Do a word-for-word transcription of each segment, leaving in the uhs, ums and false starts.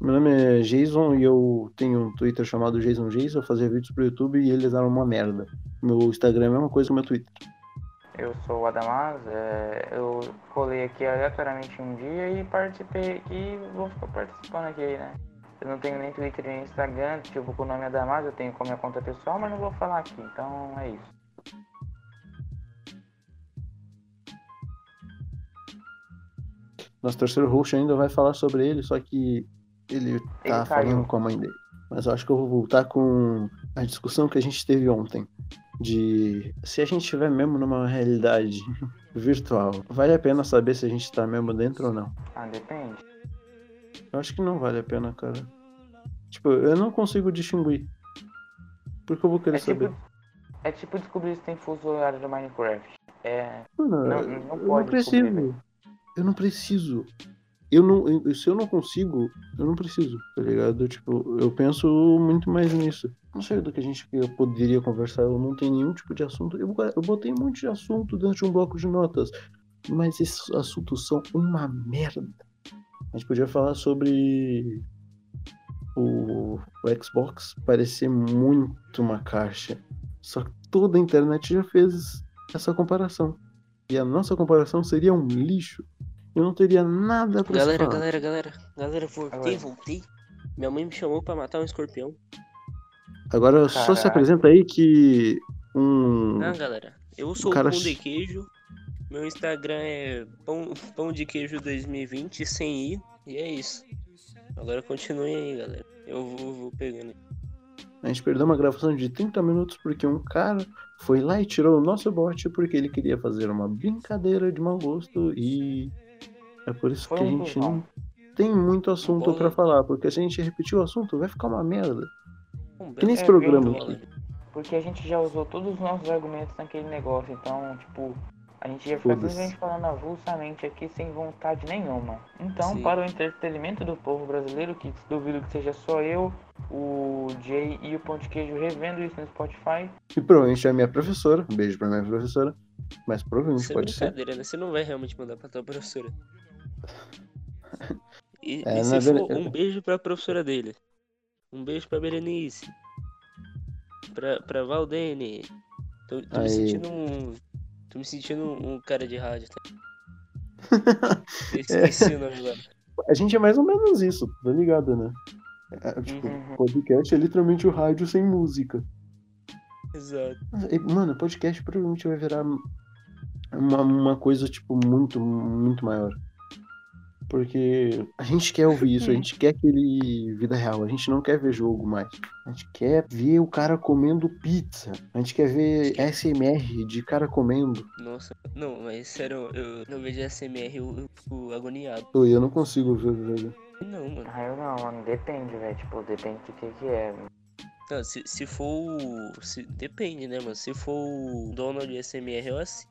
Meu nome é Jason e eu tenho um Twitter chamado Jason Jason. Eu fazia vídeos pro YouTube e eles eram uma merda. Meu Instagram é a mesma coisa que o meu Twitter. Eu sou o Adamaz, é, eu colei aqui aleatoriamente um dia e participei aqui e vou ficar participando aqui, né? Eu não tenho nem Twitter nem Instagram, tipo, com o nome Adamaz, eu tenho como minha conta pessoal, mas não vou falar aqui, então é isso. Nosso terceiro host ainda vai falar sobre ele, só que ele tá Ele falando caiu. com a mãe dele. Mas eu acho que eu vou voltar com a discussão que a gente teve ontem. De se a gente estiver mesmo numa realidade virtual, vale a pena saber se a gente tá mesmo dentro ou não? Ah, depende. Eu acho que não vale a pena, cara. Tipo, eu não consigo distinguir. Por que eu vou querer É saber? tipo, é tipo descobrir se tem fuso horário do Minecraft. É, Mano, não, não eu não pode descobrir, velho. preciso. Eu não preciso. Eu não, eu- se eu não consigo, eu não preciso, tá ligado? Tipo, eu penso muito mais nisso. Não sei do que a gente que eu poderia conversar, eu não tenho nenhum tipo de assunto. Eu, eu botei um monte de assunto dentro de um bloco de notas, mas esses assuntos são uma merda. A gente podia falar sobre o, o Xbox parecer muito uma caixa. Só que toda a internet já fez essa comparação. E a nossa comparação seria um lixo. Eu não teria nada pra se Galera, falar. galera, galera, galera, voltei, Oi. voltei. Minha mãe me chamou pra matar um escorpião. Agora só se Caralho. apresenta aí que um, Ah, galera, eu um sou o cara. Pão de Queijo. Meu Instagram é pão, pão de queijo dois mil e vinte sem i. E é isso. Agora continuem aí, galera. Eu vou, vou pegando. A gente perdeu uma gravação de trinta minutos porque um cara foi lá e tirou o nosso bot porque ele queria fazer uma brincadeira de mau gosto e é por isso Foi que a um gente cuzão. não tem muito Um assunto pra bola, falar, porque se a gente repetir o assunto vai ficar uma merda. um Que nem belo esse É programa verde, aqui. bola. porque a gente já usou todos os nossos argumentos naquele negócio, então, tipo, a gente ia ficar Foda-se. simplesmente falando avulsamente aqui sem vontade nenhuma. Então, Sim. para o entretenimento do povo brasileiro, que duvido que seja só eu, o Jay e o Pão de Queijo revendo isso no Spotify, E provavelmente é a minha professora. Um beijo pra minha professora. Mas provavelmente Isso é pode ser. brincadeira, né? Você não vai realmente mandar pra tua professora. E, É, e na se for, verdade. um beijo pra professora dele. Um beijo pra Berenice. Pra, pra Valdene. Tô, tô me Aí. sentindo um. Tô me sentindo um, um cara de rádio, tá? Eu É, esqueci o nome agora. a gente é mais ou menos isso, tá ligado, né? É, tipo, uhum, podcast é literalmente o rádio sem música. Exato. E, mano, podcast provavelmente vai virar uma, uma coisa, tipo, muito, muito maior. Porque a gente quer ouvir isso, a gente quer aquele vida real, a gente não quer ver jogo mais. A gente quer ver o cara comendo pizza. A gente quer ver Esque- S M R de cara comendo. Nossa, não, mas sério, eu não vejo S M R, eu, eu fico agoniado. Pô, eu não consigo ver, velho. Não, mano. ah, eu não, mano, depende, velho, tipo, depende do que que é. Não, se, se for o. Se, depende, né, mano? Se for o Donald S M R, eu assim.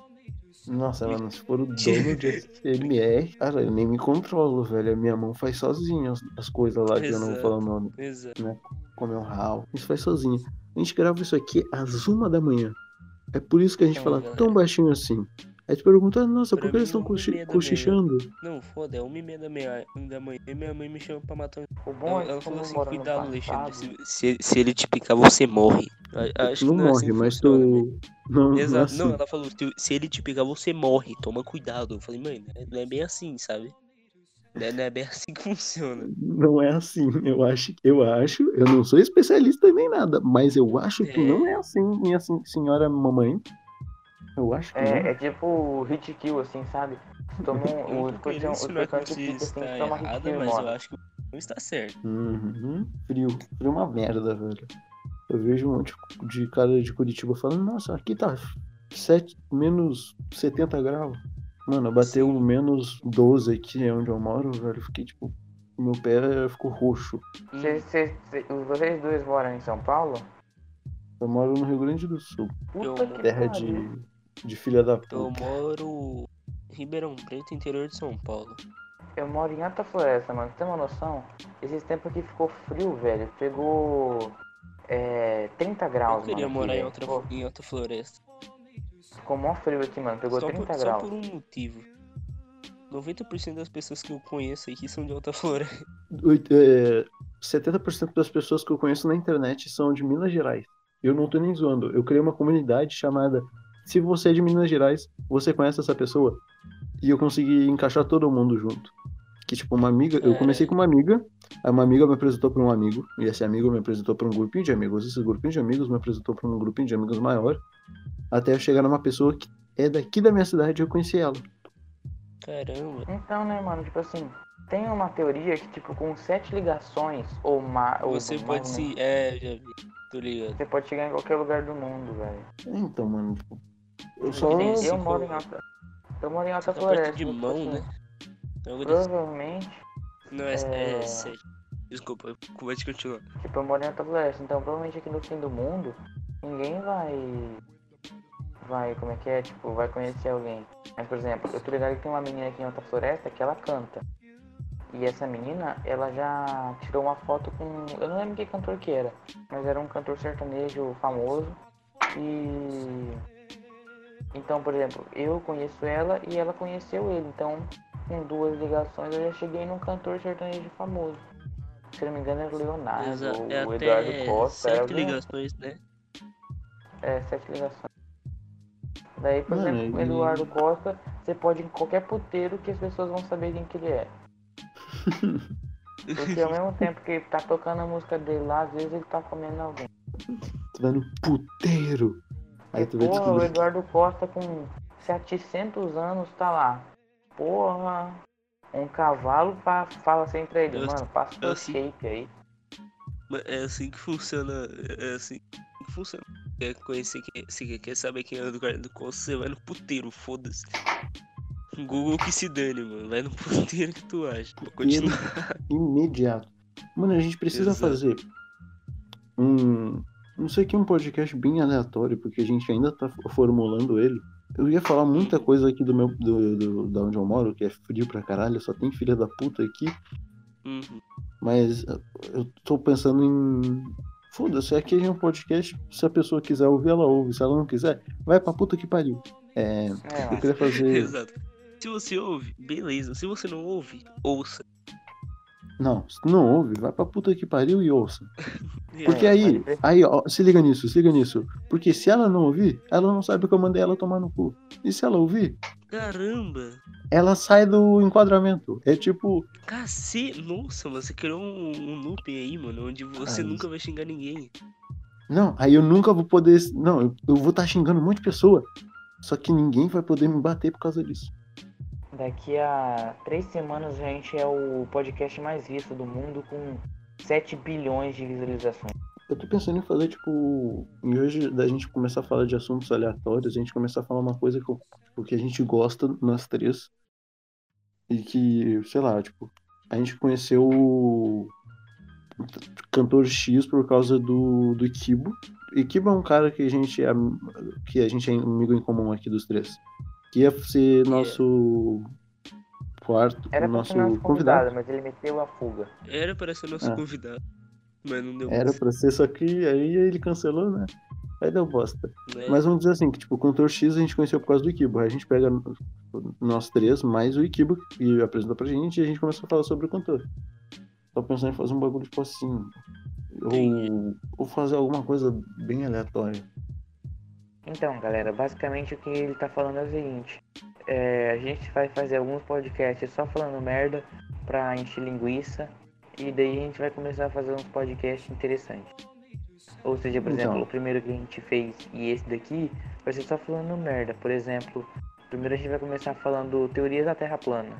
Nossa, mano, se for o dono de S M R, cara, eu nem me controlo, velho. A minha mão faz sozinha as, as coisas lá que eu não vou falar o Exato, nome, exato. né? Comer um ralo. Isso faz sozinha. A gente grava isso aqui às uma da manhã. É por isso que a gente Então, fala tão galera, baixinho assim. Aí tu pergunta, nossa, por pra que eles mim, estão uma e cochi meia da manhã. cochichando? Não, foda, é uma e meia da manhã, da manhã e minha mãe me chama pra matar um. O bom Ela, é que ela falou como assim: mora no cuidado, Alexandre, passado, se, se, se ele te picar, você morre. A- Tu Acho que não não é assim morre, que mas funciona, né? tu. Não, não é Exato, não, assim. ela falou: se, se ele te picar, você morre, toma cuidado. Eu falei: mãe, não é, não é bem assim, sabe? Não é, não é bem assim que funciona. Não é assim. Eu acho, eu acho, eu não sou especialista nem nada, mas eu acho que não É, é assim, minha sen- senhora mamãe. Eu acho que não. é, é tipo hit kill, assim, sabe? Toma eu um, não o tô escorpião, querendo o insinuar que escorpião te você pica assim, está toma hit errada, kill e mas eu morre. acho que não está certo. Uhum. Frio. Frio é uma merda, velho. Eu vejo um monte de cara de Curitiba falando, nossa, aqui tá sete, menos setenta graus. Mano, bateu Sim, mano. menos doze aqui onde eu moro, velho. Fiquei tipo, meu pé ficou roxo. Cê, Uhum. cê, cê, vocês dois moram em São Paulo? Eu moro no Rio Grande do Sul, Eu, Puta mo- que terra pariu. de, de filha da eu puta. moro em Ribeirão Preto, interior de São Paulo. Eu moro em Alta Floresta, mano. Você tem uma noção? Esses tempos aqui ficou frio, velho. Pegou é, trinta Eu graus, mano, queria aqui, morar em velho. outra, Ficou, em outra floresta. ficou mó frio aqui, mano. Pegou Só por, trinta só graus. por um motivo. noventa por cento das pessoas que eu conheço aqui são de Alta Floresta. Oito- é, setenta por cento das pessoas que eu conheço na internet são de Minas Gerais. Eu não tô nem zoando. Eu criei uma comunidade chamada Se Você é de Minas Gerais, você conhece essa pessoa? E eu consegui encaixar todo mundo junto. Que tipo, uma amiga, eu comecei com uma amiga, aí uma amiga me apresentou para um amigo, e esse amigo me apresentou para um grupinho de amigos, esse grupinho de amigos me apresentou para um grupinho de amigos maior, até eu chegar numa pessoa que é daqui da minha cidade e eu conheci ela. Caramba. Então, né, mano, tipo assim, tem uma teoria que, tipo, com sete ligações ou mais. Você pode se. É, já vi. Tô ligado. Você pode chegar em qualquer lugar do mundo, velho. Então, mano, tipo, eu só. Que nem esse Eu moro for- em Alta. Eu moro em Alta Tá Floresta. perto de tipo mão, assim, né? Então, eu disse- Provavelmente, Não, é, É. é sério. Desculpa, pode continuar. tipo, eu moro em Alta Floresta, então provavelmente aqui no fim do mundo, ninguém vai. Vai, como é que é? Tipo, vai conhecer alguém. Mas, por exemplo, eu tô ligado que tem uma menina aqui em Alta Floresta que ela canta. E essa menina, ela já tirou uma foto com. Eu não lembro que cantor que era, mas era um cantor sertanejo famoso. E. Então, por exemplo, eu conheço ela e ela conheceu ele. Então, com duas ligações, eu já cheguei num cantor sertanejo famoso. Se não me engano, era o Leonardo, Exa- ou é o Eduardo até Costa. Era sete alguém... ligações, né? É, sete ligações. Daí, por Mano, exemplo, o e- Eduardo Costa, você pode ir em qualquer puteiro que as pessoas vão saber quem que ele é. Porque ao mesmo tempo que ele tá tocando a música dele lá, às vezes ele tá comendo alguém. Tu vai no puteiro. Aí E tu vai porra, o descobrir. Eduardo Costa com setecentos anos tá lá. Porra, um cavalo fa- fala assim pra ele, Eu- mano, passa eu o sei. shape aí. Mas é assim que funciona. É assim que funciona. Quer conhecer quem. Se quer saber quem é o Eduardo Costa, você vai no puteiro, foda-se. Google que se dane, mano. Vai no puteiro que tu acha. Vou Puteiro continuar. imediato. Mano, a gente precisa Exato. fazer um. Não sei que um podcast bem aleatório, porque a gente ainda tá formulando ele. Eu ia falar muita coisa aqui do meu. Do, do, da onde eu moro, que é frio pra caralho, só tem filha da puta aqui. Uhum. Mas eu tô pensando em. Foda-se, aqui é um podcast. Se a pessoa quiser ouvir, ela ouve. Se ela não quiser, vai pra puta que pariu. É, É, eu mano. queria fazer. Exato. Se você ouve, beleza. Se você não ouve, ouça. Não, se não ouve, vai pra puta que pariu e ouça. Porque É, aí, pode crer. aí, ó, se liga nisso, se liga nisso. Porque se ela não ouvir, ela não sabe que eu mandei ela tomar no cu. E se ela ouvir, Caramba! ela sai do enquadramento. É tipo, Cacete! Nossa, você criou um, um looping aí, mano, onde você Ah, nunca isso. vai xingar ninguém. não, aí eu nunca vou poder. Não, eu, eu vou estar xingando um monte de pessoa. Só que ninguém vai poder me bater por causa disso. Daqui a três semanas a gente é o podcast mais visto do mundo com sete bilhões de visualizações. Eu tô pensando em fazer, tipo, em vez da gente começar a falar de assuntos aleatórios, a gente começar a falar uma coisa que, eu- tipo, que a gente gosta, nós três. E que, sei lá, tipo, a gente conheceu o cantor X por causa do, do Ikibo. Ikibo é um cara que a gente é, am- que a gente é amigo em comum aqui dos três. Que ia ser nosso quarto, Era pra nosso ser nosso convidado. convidado, mas ele meteu a fuga. Era para ser nosso Ah. convidado, mas não deu Era pra ser, só que aí ele cancelou, né? Aí deu bosta. né? Mas vamos dizer assim, que tipo, o cantor X a gente conheceu por causa do Ikibo. Aí a gente pega nós três, mais o Ikibo, que apresentou pra gente, e a gente começou a falar sobre o cantor. Tô pensando em fazer um bagulho tipo assim. Ou, ou fazer alguma coisa bem aleatória. Então, galera, basicamente o que ele tá falando é o seguinte. É, a gente vai fazer alguns podcasts só falando merda pra encher linguiça. E daí a gente vai começar a fazer uns podcasts interessantes. Ou seja, por Então. exemplo, o primeiro que a gente fez e esse daqui vai ser só falando merda. Por exemplo, primeiro a gente vai começar falando teorias da Terra plana.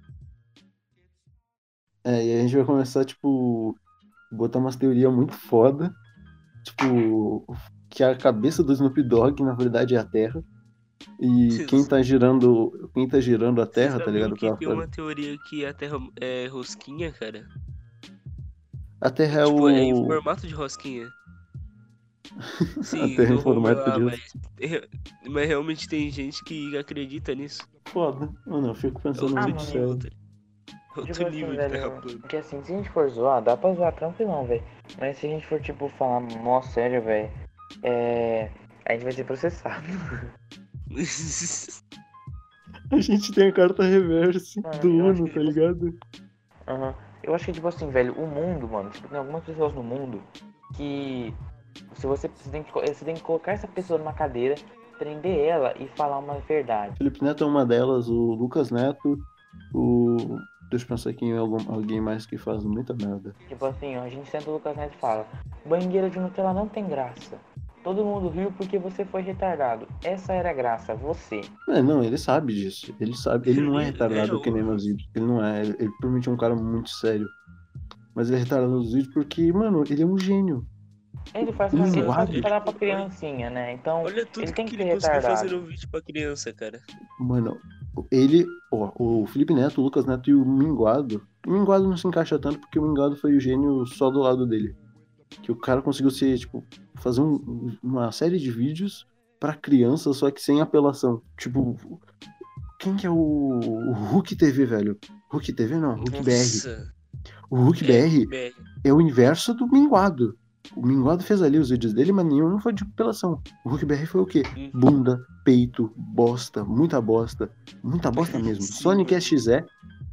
É, e a gente vai começar, tipo, botar umas teorias muito foda. Tipo, que a cabeça do Snoop Dogg, na verdade, é a Terra. E quem tá girando. Quem tá girando a Terra, Você tá ligado? que Pra tem fora. uma teoria que a Terra é rosquinha, cara? A Terra é Tipo, o. é em formato de rosquinha. Sim, Terra em não vou formato lá, de mas, mas realmente tem gente que acredita nisso. Foda. Mano, eu fico pensando Ah, Outro muito mano, nível, sério. tá? Outro Tipo assim, nível de terra velho, plana. porque assim, se a gente for zoar, dá pra zoar tranquilão, velho. Mas se a gente for, tipo, falar, nossa, sério, velho, é... a gente vai ser processado. A gente tem a carta reverse Mano, do eu acho Uno, que, tá tipo, ligado? aham. Eu acho que, tipo assim, velho, o mundo, mano, tipo, tem algumas pessoas no mundo que se você, você, tem que, co- você tem que colocar essa pessoa numa cadeira, prender ela e falar uma verdade. Felipe Neto é uma delas, o Lucas Neto, o. Deixa eu pensar aqui em algum, alguém mais que faz muita merda. Tipo assim, ó, a gente senta o Lucas Neto e fala: banheira de Nutella não tem graça. Todo mundo riu porque você foi retardado. Essa era a graça, você. É, não, ele sabe disso. Ele sabe. Ele não é Ele- é, retardado que nem o- nos vídeos. Ele não é. Ele, ele provavelmente é um cara muito sério. Mas ele é retardado nos vídeos porque, mano, ele é um gênio. Ele faz, Ele pra, não ele faz guarda. preparar pra Tipo, olha, criancinha, né? Então, olha tudo ele tem que que ele ser conseguiu fazer retardado. no vídeo pra criança, cara. Mano, ele. Ó, o Felipe Neto, o Lucas Neto e o Minguado. O Minguado não se encaixa tanto porque o Minguado foi o gênio só do lado dele. Que o cara conseguiu ser, tipo, fazer um- uma série de vídeos pra criança, só que sem apelação. Tipo, quem que é o, o Hulk T V, velho? Hulk T V não, Hulk B R. Nossa. O Hulk É, B R é, é o inverso do Minguado. O Minguado fez ali os vídeos dele, mas nenhum foi de apelação. O Hulk B R foi o quê? Hum. Bunda, peito, bosta, muita bosta. Muita bosta mesmo. Sim, Sonic mano. X E.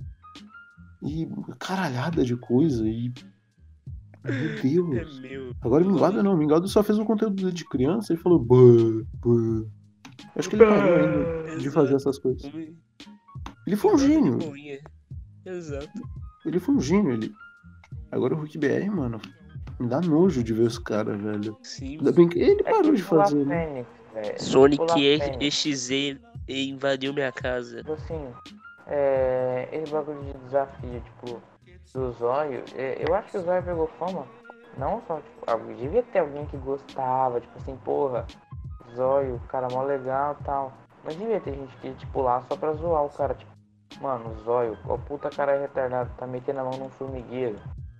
E caralhada de coisa. E. Meu É Deus. meu. Agora o Minguado não. O Minguado só fez o conteúdo de criança e falou. Bã, bã. Acho que ele parou ainda de fazer essas coisas. Um- Ele foi um nada de gênio. boinha. Exato. Ele foi um gênio. Ele... Agora o Hulk B R, mano. Me dá nojo de ver os caras, velho. Sim. Ainda bem que ele É parou de tipo lá fazer, né? Fênix, velho. É tipo Sonic lá Fênix. X Z invadiu minha casa. Tipo assim, é, esse bagulho de desafio, tipo, do Zóio, é, eu acho que o Zóio pegou fama, não só, tipo, algu- devia ter alguém que gostava, tipo assim, porra, Zóio, cara mó legal e tal, mas devia ter gente que, tipo, lá só pra zoar o cara, tipo, mano, Zóio, ó puta cara retardado, tá metendo a mão num formigueiro.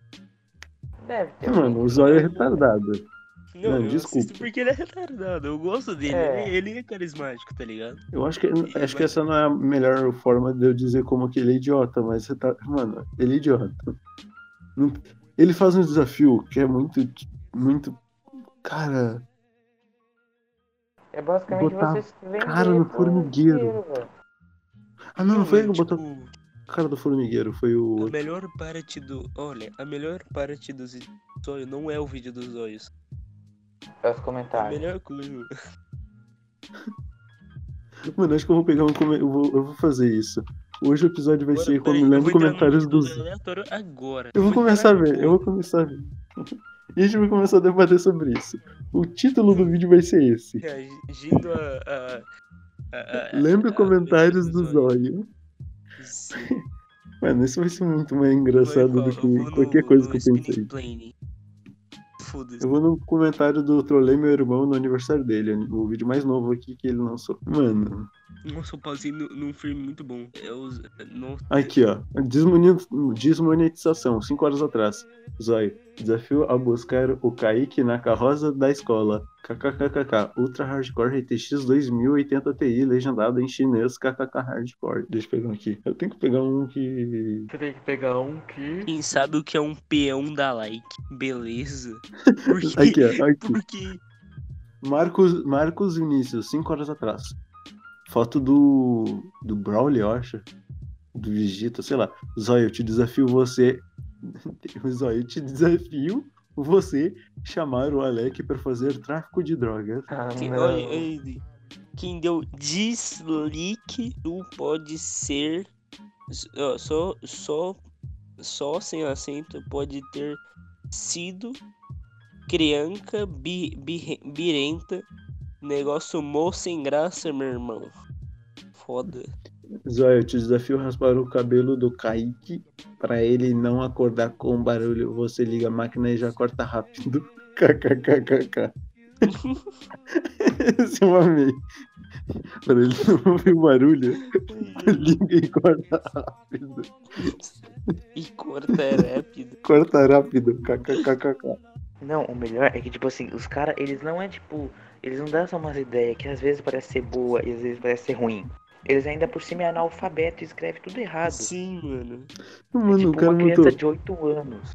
Deve ter alguém Mano, que o Zóio é zoa. retardado. Não, Não, eu desculpa. assisto porque ele é retardado. Eu gosto dele. É. Ele, ele é carismático, tá ligado? Eu acho que, E acho que vai- essa não é a melhor forma de eu dizer como que ele é idiota, mas retar- mano, ele é idiota. Não- Ele faz um desafio que é muito, muito. Cara, É basicamente botar você se vender cara no por formigueiro. dinheiro, velho. Ah, não, não foi ele mano, que botou tipo, a cara do formigueiro, foi o a outro. melhor parte do. Olha, a melhor parte do zóio não é o vídeo dos olhos. É os É a comentários. melhor coisa. Mano, acho que eu vou pegar um. come- Eu vou, eu vou fazer isso. Hoje o episódio vai Agora, ser peraí, eu lendo vou entrar no comentários vídeo dos. aleatório agora. Eu vou entrar começar a ver, eu vou agora. começar a ver. E a gente vai começar a debater sobre isso. O título do vídeo vai ser esse. Reagindo a. a, a, a Lendo a- comentários a- do Zóio. Sim. Mano, isso vai ser muito mais Vai engraçado qual? do Eu que vou qualquer no, coisa no que eu Spinning pensei. Plane. Foda-se. Eu vou no comentário do Trolei Meu Irmão no aniversário dele, o vídeo mais novo aqui que ele lançou. Mano, Nossa, eu pausei no- num filme muito bom. Eu, não, aqui ó, desmoni- desmonetização, cinco horas atrás. Zóio, desafio a buscar o Kaique na carroça da escola. KKKKK, Ultra Hardcore R T X dois mil e oitenta Ti, legendado em chinês, KKK Hardcore. Deixa eu pegar um aqui. Eu tenho que pegar um que... Você tem que pegar um que. Quem sabe o que é um peão da like? Beleza. Porque, Aqui ó, aqui. porque Marcos, Marcos Vinícius, cinco horas atrás. Foto do. do Brawley, eu acho. Do Vegeta, sei lá. Zóio, eu te desafio você. Zóio, eu te desafio você chamar o Alec pra fazer tráfico de drogas. Ah, quem, não. olha, ele- quem deu dislike não pode ser ó, só só só sem acento pode ter sido criança bi, bi, birenta, negócio mó sem graça, meu irmão. Foda. Zóio, eu te desafio a raspar o cabelo do Kaique pra ele não acordar com barulho. Você liga a máquina e já corta rápido. KKKKK. Esse eu amei. Pra ele não ouvir o barulho, liga e corta rápido. E corta é rápido. Corta rápido. KKKKK. Não, o melhor é que, tipo assim, os caras, eles não é tipo. Eles não dão só umas ideias que às vezes parece ser boa e às vezes parece ser ruim. Eles ainda por cima é analfabeto e escreve tudo errado. Sim, mano. É Mano, tipo o cara uma criança botou. de oito anos.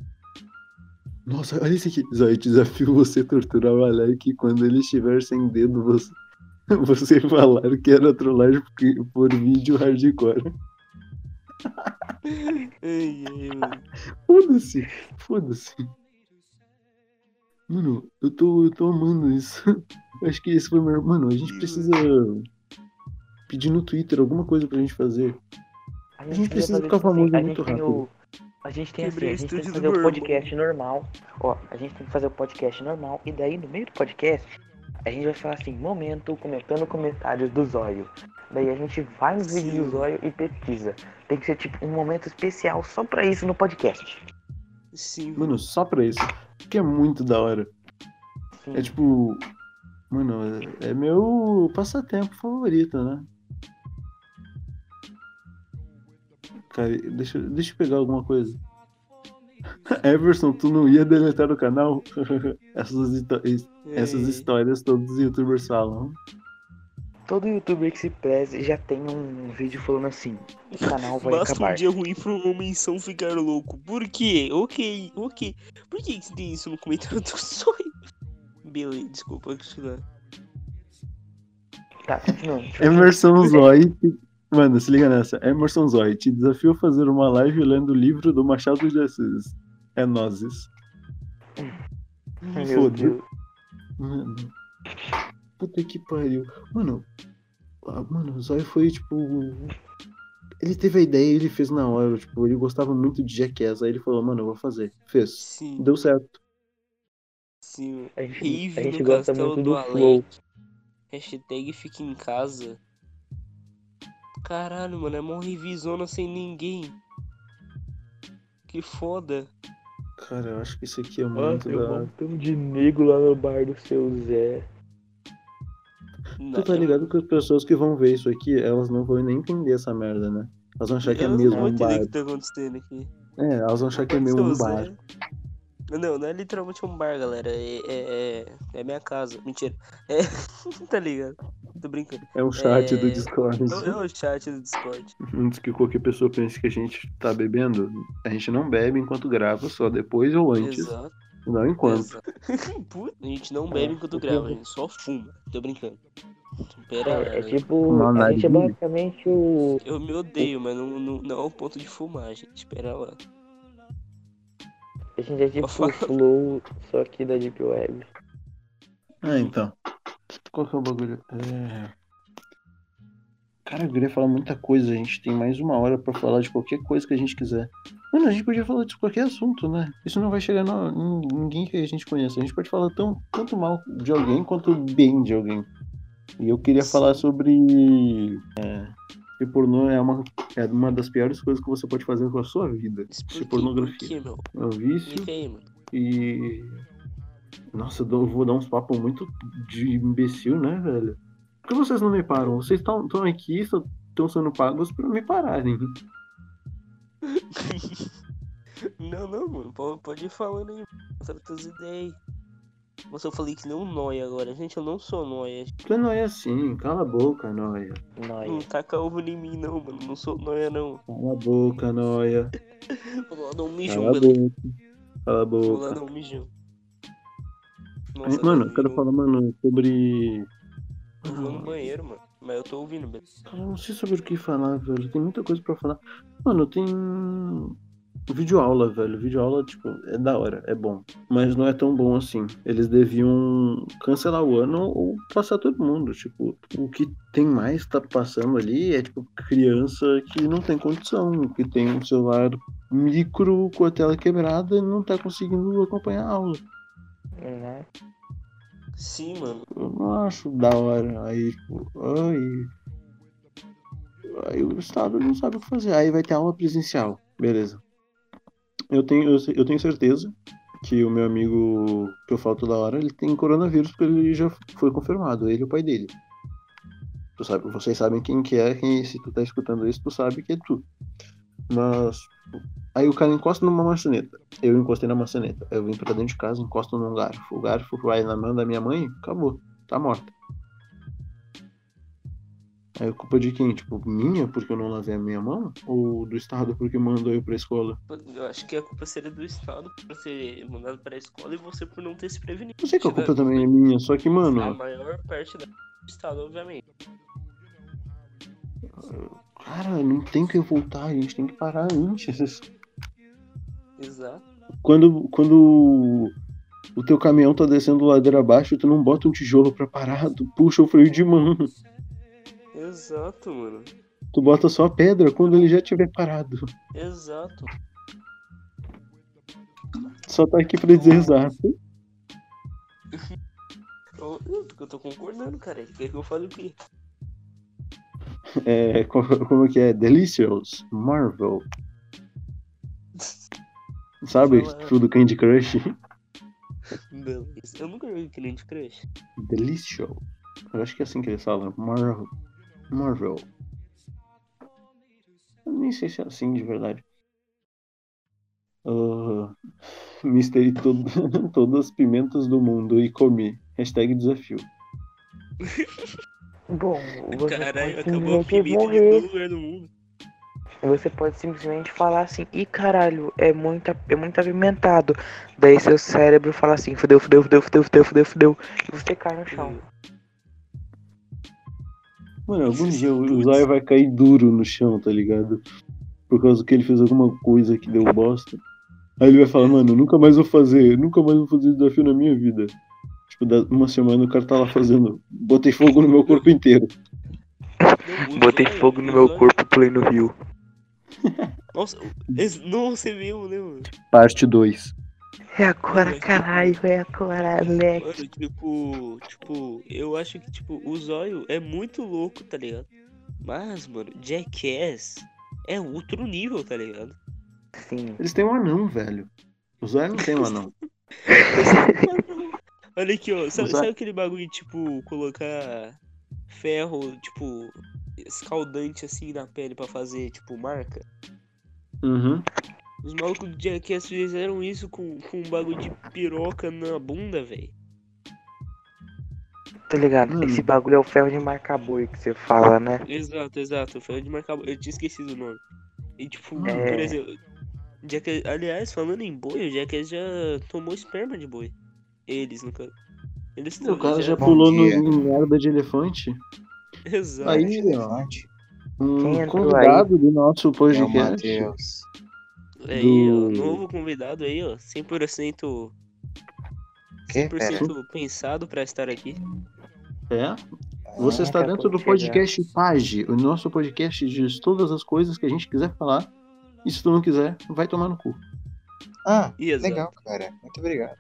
Nossa, olha isso aqui. Zóio, desafio você torturar o Alec quando ele estiver sem dedo. Você... Você falaram que era trollagem por, por vídeo hardcore. Ai, ai, mano. Foda-se, foda-se. Mano, eu tô, eu tô amando isso. Eu acho que esse foi o meu. Mano, a gente precisa pedir no Twitter alguma coisa pra gente fazer. A A gente podia precisa fazer, ficar tipo assim, famoso a muito gente tem rápido. o. A gente tem assim, Quebrei a o gente tem que estúdio fazer do o meu podcast normal. Ó, a gente tem que fazer o podcast normal. E daí, no meio do podcast, a gente vai falar assim, momento, comentando comentários do Zóio. Daí a gente vai no vídeo Sim. do Zóio e pesquisa. Tem que ser tipo um momento especial só pra isso no podcast. Sim, Mano, só pra isso. Que é muito da hora. Sim. É tipo. Mano, é é meu passatempo favorito, né? Cara, deixa, deixa eu pegar alguma coisa. Everson, tu não ia deletar o canal? essas, histó- essas É. histórias todos os youtubers falam. Todo youtuber que se preze já tem um vídeo falando assim, o canal vai Basta um acabar. dia ruim pra uma menção ficar louco. Por quê? Ok, ok. Por que que tem isso no comentário do sonho? Beleza, desculpa, continuar. Tá, continuando. Emerson Zoy. Mano, se liga nessa. Emerson Zoy, te desafio a fazer uma live lendo o livro do Machado de Assis. É nozes. Meu Foda. Deus. Mano. Puta que pariu. Mano. ah, Mano, o Zoy foi tipo. Ele teve a ideia e ele fez na hora. Tipo, ele gostava muito de Jackass. Aí ele falou, mano, eu vou fazer. Fez. Sim, Deu certo. sim. A gente, Rave a gente no gosta castelo muito do do flow. Alec. Hashtag fica em casa. Caralho, mano, é mó revisona sem ninguém. Que foda. Cara, eu acho que isso aqui é Nossa, muito eu da vou hora. um montão de nego lá no bar do seu Zé. Tu tá ligado que as pessoas que vão ver isso aqui, elas não vão nem entender essa merda, né? Elas vão achar que é Elas mesmo não vão um entender bar. o que tá acontecendo aqui. É, elas vão achar que é Bar do mesmo um seu bar. Zé. Não, não é literalmente um bar, galera. É, é, é, é minha casa. Mentira. É. Tá ligado? Tô brincando. É um chat do É. Discord. É o chat do Discord. Antes que qualquer pessoa pense que a gente tá bebendo, a gente não bebe enquanto grava, só depois ou antes, Exato. não enquanto. Exato. Puta, a gente não bebe enquanto grava, a gente só fuma. Tô brincando. Pera lá, É, é né? tipo, Fumar a gente é narguilé? basicamente o. Eu me odeio, mas não, não, não ao ponto de fumar, gente. Espera lá. A gente é tipo Fala. o flow, só que da Deep Web. Ah, então. Qual que é o bagulho? É... Cara, eu queria falar muita coisa, a gente tem mais uma hora pra falar de qualquer coisa que a gente quiser. Mano, a gente podia falar de qualquer assunto, né? Isso não vai chegar no, em ninguém que a gente conheça. A gente pode falar tão, tanto mal de alguém quanto bem de alguém. E eu queria Sim. falar sobre. É, que pornô é uma, é uma das piores coisas que você pode fazer com a sua vida. Isso por Assistir quê? pornografia. Por quê, meu? É um vício Explica aí, mano. e. Nossa, eu dou- eu vou dar uns papos muito de imbecil, né, velho? Por que vocês não me param? Vocês estão aqui, estão sendo pagos pra me pararem. Não, não, mano. Pode, pode ir falando aí. Mostra tuas ideias aí. Nossa, eu falei que nem um nóia agora. Gente, eu não sou nóia. Tu não é assim, cala a boca, Noia. Não Nóia. taca ovo em mim, não, mano. Não sou nóia, não. Cala a boca, Noia. Vou lá dar um mijão, Cala a beleza? boca. Cala a Vou lá boca. dar um mijão. Ai, Nossa, mano, agora eu quero virou- falar, mano, sobre. Eu vou no banheiro, mano. Mas eu tô ouvindo, beleza? Cara, eu não sei sobre o que falar, velho. Tem muita coisa pra falar. Mano, tem. Videoaula, velho. Videoaula, tipo, é da hora, é bom. Mas não é tão bom assim. Eles deviam cancelar o ano ou passar todo mundo. Tipo, o que tem mais tá passando ali é, tipo, criança que não tem condição, que tem um celular micro com a tela quebrada e não tá conseguindo acompanhar a aula. Né? Sim, mano. Eu não acho da hora. Aí, tipo, ai. Aí o Estado não sabe o que fazer. Aí vai ter aula presencial. Beleza. Eu tenho, eu, eu tenho certeza que o meu amigo que eu falo toda hora, ele tem coronavírus porque ele já foi confirmado, ele e o pai dele. Tu sabe, vocês sabem quem que é, quem, se tu tá escutando isso, tu sabe que é tu. Mas aí o cara encosta numa maçaneta. Eu encostei na maçaneta. Eu vim pra dentro de casa, encosto num garfo. O garfo vai na mão da minha mãe, acabou. Tá morta. Aí a culpa de quem? Tipo, minha, porque eu não lavei a minha mão? Ou do Estado porque mandou eu pra escola? Eu acho que a culpa seria do Estado por ser mandado pra escola e você por não ter se prevenido. Eu sei que a culpa também é minha, só que, A mano, maior parte da. estado, obviamente. Cara, não tem que voltar, a gente tem que parar antes. Exato. Quando, quando o teu caminhão tá descendo ladeira abaixo, tu não bota um tijolo pra parar, tu puxa o freio de mão. Exato, mano. Tu bota só a pedra quando ele já estiver parado. Exato. Só tá aqui pra dizer exato. Eu, eu, eu tô concordando, cara. Quer que eu fale o quê? É, como, como que é? Delicious Marvel. Sabe? Fala- Tudo Candy Crush. Beleza. Eu nunca joguei Candy Crush. Delicious. Eu acho que é assim que eles falam. Marvel. Marvel. Eu nem sei se é assim de verdade. Uh, Misturei todo, todas as pimentas do mundo e comi. Hashtag desafio. Bom, você Caralho, pode acabou a simplesmente pimenta de morrer. todo lugar do mundo. Você pode simplesmente falar assim, ih caralho, é muito, é muito apimentado. Daí seu cérebro fala assim, fudeu, fudeu, fudeu, fudeu, fudeu, fudeu, fudeu. E você cai no chão. Mano, algum dia o Zóio vai cair duro no chão, tá ligado? Por causa que ele fez alguma coisa que deu bosta. Aí ele vai falar, mano, nunca mais vou fazer, nunca mais vou fazer desafio na minha vida. Tipo, da- uma semana o cara tá lá fazendo. Botei fogo no meu corpo inteiro. Não, o Botei Zóio- fogo no o meu Zóio- corpo e pulei no rio. Nossa, esse- nossa, é mesmo, né, mano? Parte dois. É agora, Mas, caralho, é agora, moleque. Mano, tipo, tipo, eu acho que, tipo, o Zóio é muito louco, tá ligado? Mas, mano, Jackass é outro nível, tá ligado? Sim. Eles têm um anão, velho. O Zóio não tem um anão. Olha aqui, ó, sabe, Usar- sabe aquele bagulho, tipo, colocar ferro, tipo, escaldante assim na pele pra fazer, tipo, marca? Uhum. Os malucos do Jackass fizeram isso com, com um bagulho de piroca na bunda, velho. Tá ligado? Mano. Esse bagulho é o ferro de marcar boi que você fala, né? Exato, exato, o ferro de marcar. Eu tinha esquecido o nome. E, tipo, É. por exemplo, Jackass, aliás, falando em boi, o Jackass já tomou esperma de boi. Eles, no caso. Eles O cara já Bom pulou no, dia. em merda de elefante. Exato. Aí, Aí, ó. elefante. Um Quem entrou convidado do nosso É o podcast. Matheus. Aí, ó, do- novo convidado aí, ó, cem por cento Quê? cem por cento pensado pra estar aqui. É. Você Ah, está acabou dentro do de podcast Page. O nosso podcast diz todas as coisas que a gente quiser falar. E se tu não quiser, vai tomar no cu. Ah, Exato. legal, cara. Muito obrigado.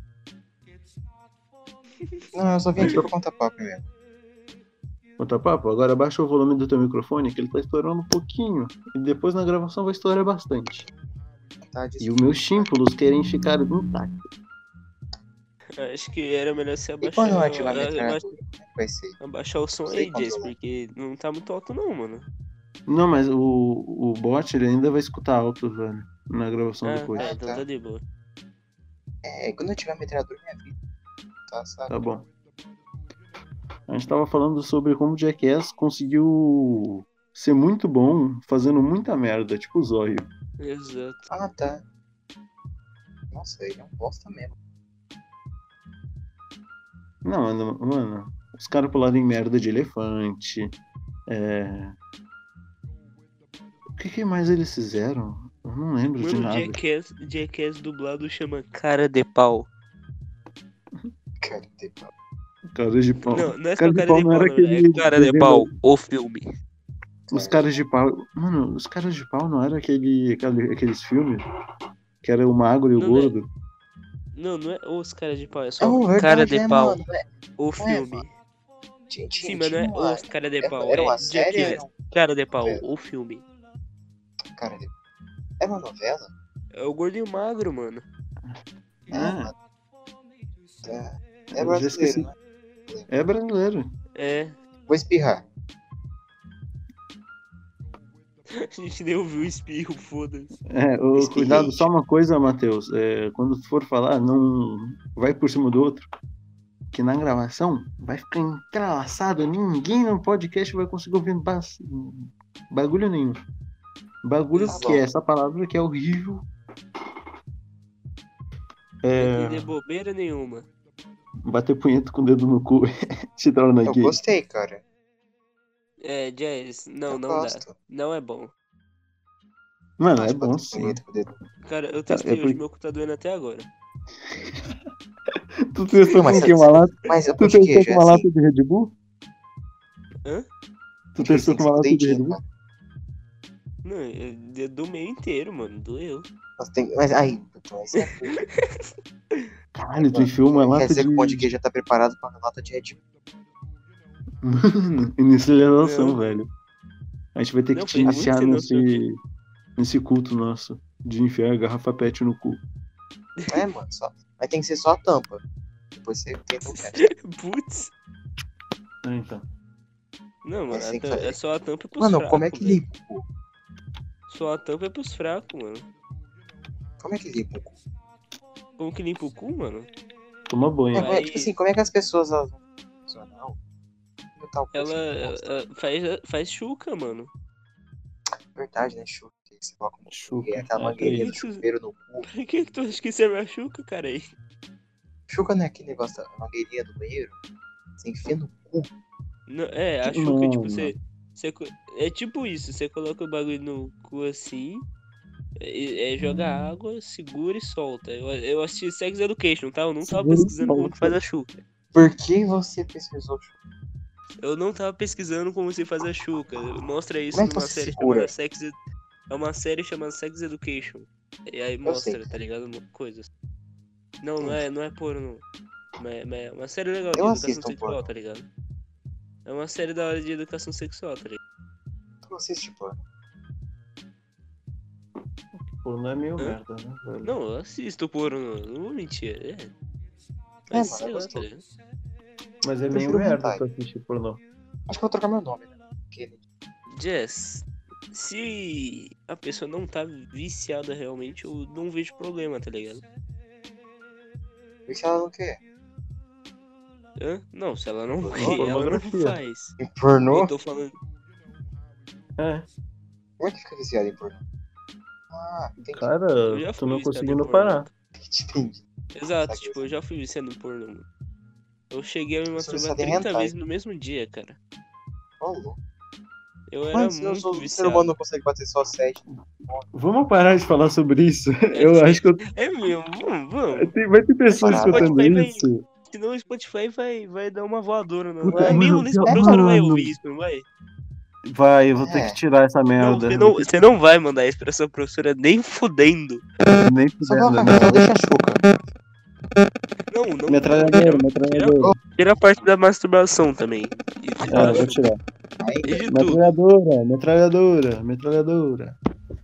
Não, eu só vim aqui pra contar papo mesmo. Conta papo, agora baixa o volume do teu microfone, que ele tá estourando um pouquinho. E depois na gravação vai estourar bastante. Tá, E os meus tímpanos querem ficar intactos. Acho que era melhor você E abaixar, quando eu ativar a a- metralhadora, abaixa- como é que vai ser? abaixar o som Sei aí, Jess, controlar. porque não tá muito alto não, mano. Não, mas o, o bot ele ainda vai escutar alto, velho. Na gravação Ah, depois. tá, então tá. tá de boa. É, quando eu tiver a metralhadora, minha vida. Tá, sabe? Tá bom. A gente tava falando sobre como o Jackass conseguiu ser muito bom fazendo muita merda, tipo o Zóio. Exato. Ah, tá. Nossa, ele é um bosta mesmo. Não, mano, mano os caras pularam em merda de elefante. É... O que, que mais eles fizeram? Eu não lembro de Mano, nada. Jackass, Jackass dublado chama Cara de Pau. Cara, de pau. Cara de pau. Não, não é só Cara de Cara pau de não Pau, era na verdade, aquele é Cara de desenho Pau, da- o filme. Os caras de pau. Mano, os caras de pau não era aquele, aquele aqueles filmes? Que era o magro e o Não, né? gordo? Não, não é os Cara de Pau, é só Oh, verdade, Cara de é, Pau, mano. É, o é, filme. mano. Tinha, tinha, Sim, mas não é tinha uma- os Cara de era- Pau, era é uma série ou era Jackass, Cara de Pau, novela? o filme. Cara, de... é uma novela? É o gordo e o magro, mano. Ah, É. mano. Tá. Eu É já brasileiro, esqueci. né? É brasileiro. É. Vou espirrar. A gente nem ouviu o espirro, foda-se. É, o, Espirrei. cuidado, só uma coisa, Matheus. É, quando tu for falar, não vai por cima do outro. Que na gravação vai ficar entrelaçado. Ninguém no podcast vai conseguir ouvir bas- bagulho nenhum. Bagulho Tá que bom. é essa palavra que é horrível. Não É, entender bobeira nenhuma. Bater punheta com o dedo no cu se torna Eu gay. gostei, cara. É, Jazz, não, Eu não gosto. dá. Não é bom. Mano, Gosto é de bom bater sim. punheta com o dedo. Cara, eu Cara, é testei porque- hoje, meu cu tá doendo até agora. Tu testou Mas com que você- uma lata? Mas é Tu porque testou já com é uma assim. lata de Red Bull? Hã? Tu Porque testou assim, com uma com o lata de Red dedinho, Bull? cara. Não, é é do meio inteiro, mano. Doeu. Mas, tem... Mas aí, então, esse é ruim. Caralho, tu Mano, enfiou uma quer lata dizer de... que o pão de queijo já tá preparado pra lata de Red Bull. Mano, inicialização, Não. velho. A gente vai ter que Não, te foi muito iniciar sem nesse, noção. nesse culto nosso de enfiar a garrafa pet no cu. É, mano, só. Mas tem que ser só a tampa. Depois você tenta o resto. Putz. Ah, então. Não, mano, Mas a tem que tam- fazer. é só a tampa pros Mano, fracos. como é que velho. limpa o cu? Só a tampa é pros fracos, mano. Como é que limpa o cu? Como que limpa o cu, mano? Toma banho. É, como é- Aí- tipo assim, como é que as pessoas elas vão funcionar? Não tá o cu Ela, assim, bosta. ela faz, faz chuca, mano. Verdade, né? Chuca. Você coloca uma Chuca. mangueira, aquela É, mangueirinha é do isso. chuveiro no cu. Pra que que tu acha que serve a chuca, cara? Aí? Chuca não é aquele negócio da mangueirinha do banheiro? Você enfia no cu. Não, é, a Que- chuca, não, tipo, não. você, você. co- É tipo isso, você coloca o bagulho no cu assim, é, é, joga água, segura e solta. Eu, eu assisti Sex Education, tá? Eu não tava Segura e pesquisando como que faz solta. a chuca. Por que você pesquisou chuca? Eu não tava pesquisando como se faz a chuca. Mostra isso Como é que numa você série segura? chamada Sex Ed- É uma série chamada Sex Education. E aí mostra, sei. tá ligado? Mo- Coisas. Não, não Entendi. é, não é porno. Mas é, mas é uma série legal de Eu educação assisto um sexual, porno. tá ligado? É uma série da hora de educação sexual, tá ligado? Tu assiste porno? Pô, não é meio Hã? merda, né, velho? Não, eu assisto porno, não vou mentir. É. É, Mas mano, sei é lá, tá gostoso. ligado? Mas é Eu meio prefiro merda hentai. pra assistir pornô. Acho que eu vou trocar meu nome, né? Porque Jess, se a pessoa não tá viciada realmente, eu não vejo problema, tá ligado? viciado no quê? Hã? Não, se ela não Pornô? quer, ela não Pornografia. faz. Em pornô? Eu tô falando. É, Como é que fica viciado em pornô? Ah, entendi. cara, Eu já tu fui não viciado em conseguindo pornô. parar. Entendi. Exato, Sabe tipo, eu já fui viciado em porno, mano. Eu cheguei a me Eu sou masturbar viciado em trinta hentai. vezes no mesmo dia, cara. Ô, louco. Eu era Mano, se eu muito sou, o ser viciado. humano não consegue bater só sete. Vamos parar de falar sobre isso. Eu acho que eu... É mesmo, vamos, vamos. tem- vai ter pessoas Parada. escutando Spotify vai- isso. Senão o Spotify vai, vai dar uma voadora. Não Puta, vai? mano, Mesmo nesse pior- professor vai mano. ouvir isso, não vai? Vai, eu vou ter É. que tirar essa Não, merda. você não, você não vai mandar isso pra sua professora nem fudendo. Nem Só fudendo, coloca né? só deixa a chuca. Não, não. Metralhadora, tira, metralhadora. tira a parte da masturbação também. E Ah, fala, eu vou tirar. Aí, e de tudo. Metralhadora, metralhadora, metralhadora.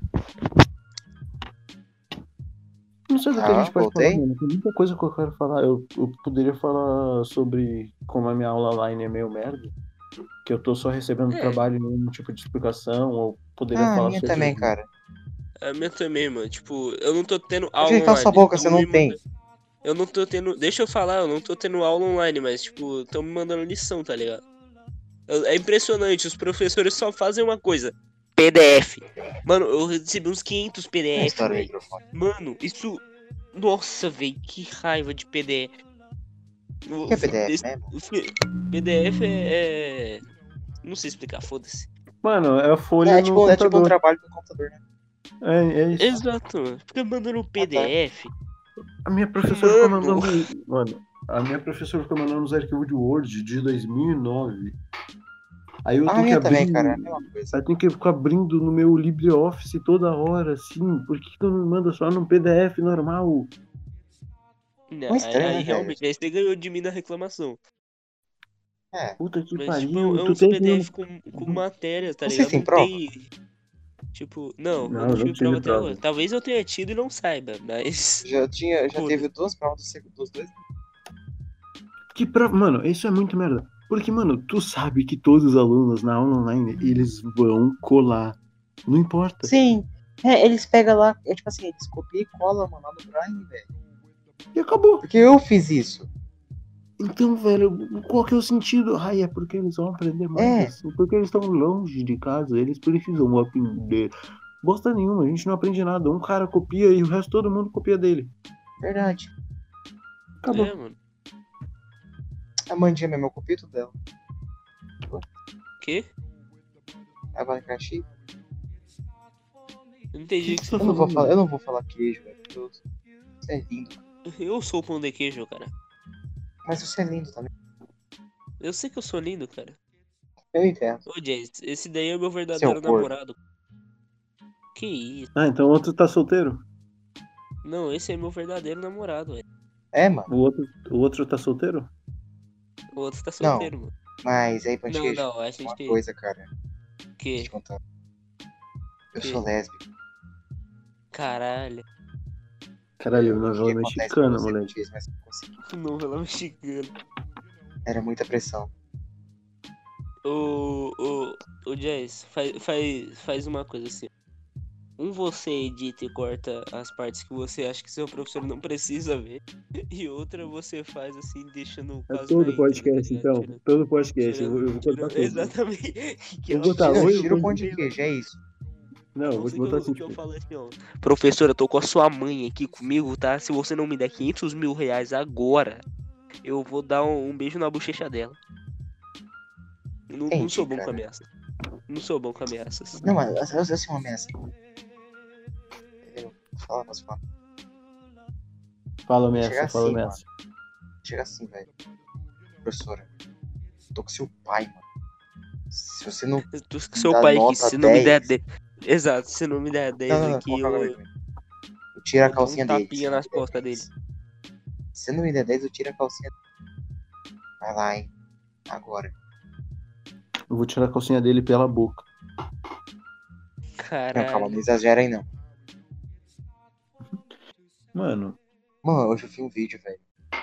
Não sei do que a Ah, gente pode voltei? falar, mano. Tem muita coisa que eu quero falar. Eu, eu poderia falar sobre como a minha aula online é meio merda. Que eu tô só recebendo É. trabalho e nenhum tipo de explicação. Ou poderia Ah, a falar minha sobre. também, cara. A minha também, mano. Tipo, eu não tô tendo Deixa aula eu ficar online. sua boca, tão você não me tem. manda- Eu não tô tendo. Deixa eu falar, eu não tô tendo aula online, mas, tipo, tão me mandando lição, tá ligado? Eu- É impressionante, os professores só fazem uma coisa. P D F. Mano, eu recebi uns quinhentos É a P D F, história do velho. microfone. Mano, isso. Nossa, velho, que raiva de P D F. O que é P D F, né? P D F é. é- Não sei explicar, foda-se. Mano, é a folha É no tipo, é tipo um computador. trabalho no computador, né? É, é isso. Exato, mano. Fica mandando P D F. A minha professora ficou Mano. mandando. Mano, a minha professora ficou mandando uns arquivos de Word de dois mil e nove. Aí eu Ah, a tenho que minha abrir. também, cara. É a mesma coisa. Aí eu tenho que ficar abrindo no meu LibreOffice toda hora, assim. Por que que não me manda só num P D F normal? Não, Mas estranho, aí, né, aí realmente, aí você ganhou de mim na reclamação. É. Puta que Mas, tipo, pariu. é tu uns tem P D F que. com, com matéria, tá Vocês ligado? têm Não prova? tem. Tipo, não, Não, eu não não tive tive prova até prova. agora. Talvez eu tenha tido e não saiba, mas. Já tinha, já Foda-se. teve duas provas do segundo, dos dois. Que prova. Mano, isso é muito merda. Porque, mano, tu sabe que todos os alunos na aula online, eles vão colar. Não importa. Sim. É, eles pegam lá, é tipo assim, eles copiam e colam, mano, lá no Braille, velho. E acabou. Porque eu fiz isso. Então, velho, qual que é o sentido? Ai, é porque eles vão aprender mais. É. Assim, porque eles estão longe de casa, eles precisam aprender. Bosta nenhuma, a gente não aprende nada. Um cara copia e o resto todo mundo copia dele. Verdade. Acabou. É, mano. A Mandinha mesmo, eu copiei tudo dela. Quê? A abacaxi. Eu não entendi o que você Eu não vou falou. falar, eu não vou falar queijo, velho. porque eu- Você é lindo. Eu sou o pão de queijo, cara. Mas você é lindo também. Eu sei que eu sou lindo, cara. Eu entendo. Ô, Jess, esse daí é o meu Seu verdadeiro corno. namorado. Que isso? Ah, então o outro tá solteiro? Não, esse é meu verdadeiro namorado, velho. É, mano. O outro, o outro tá solteiro? O outro tá solteiro, mano. Mas aí, pão de Não, queijo, não, a uma gente... coisa, cara. Deixa eu Que? te contar. Eu Que? sou lésbico. Caralho. Caralho, Eu- novela o que acontece pra mexicana, você, moleque. Matias, mas não consegui. Novela mexicana. Era muita pressão. Ô, ô, ô, Jess, faz, faz, faz uma coisa assim. Um, você edita e corta as partes que você acha que seu professor não precisa ver. E outra, você faz assim, deixando o É caso todo na podcast, íntegra, tá ligado? então. Todo podcast. Eu vou, eu vou Tirando- cortar tirando- tudo. Exatamente. Que Eu é vou uma botar, coisa Tira, oi, que eu tira o vou- pão de queijo, é isso. Não, eu vou Você te botar que eu, assim, que eu tipo, falo assim, ó. Professora, eu tô com a sua mãe aqui comigo, tá? Se você não me der quinhentos mil reais agora, eu vou dar um, um beijo na bochecha dela. Não, não Entendi, sou bom com cara. ameaças. Não sou bom com ameaças. Não, mas eu, eu, eu sou uma ameaça. Eu fala, posso falar. fala Chega ameaça, fala assim, ameaça. Chega assim, velho. Professora, eu tô com seu pai, mano. Se você não. Eu tô com seu Dá pai aqui, nota se não me der dez. dez. Exato, se não me der dez Não, não, não, aqui, calma, calma, eu. calma. Eu tiro a vou dar um calcinha dele. tapinha se não nas me der costas dez. Se você não me der dez, eu tiro a calcinha dele. Vai lá, hein. Agora. Eu vou tirar a calcinha dele pela boca. Não, Caralho. calma, não exagera aí não. Mano, Mano, hoje eu vi um vídeo, velho.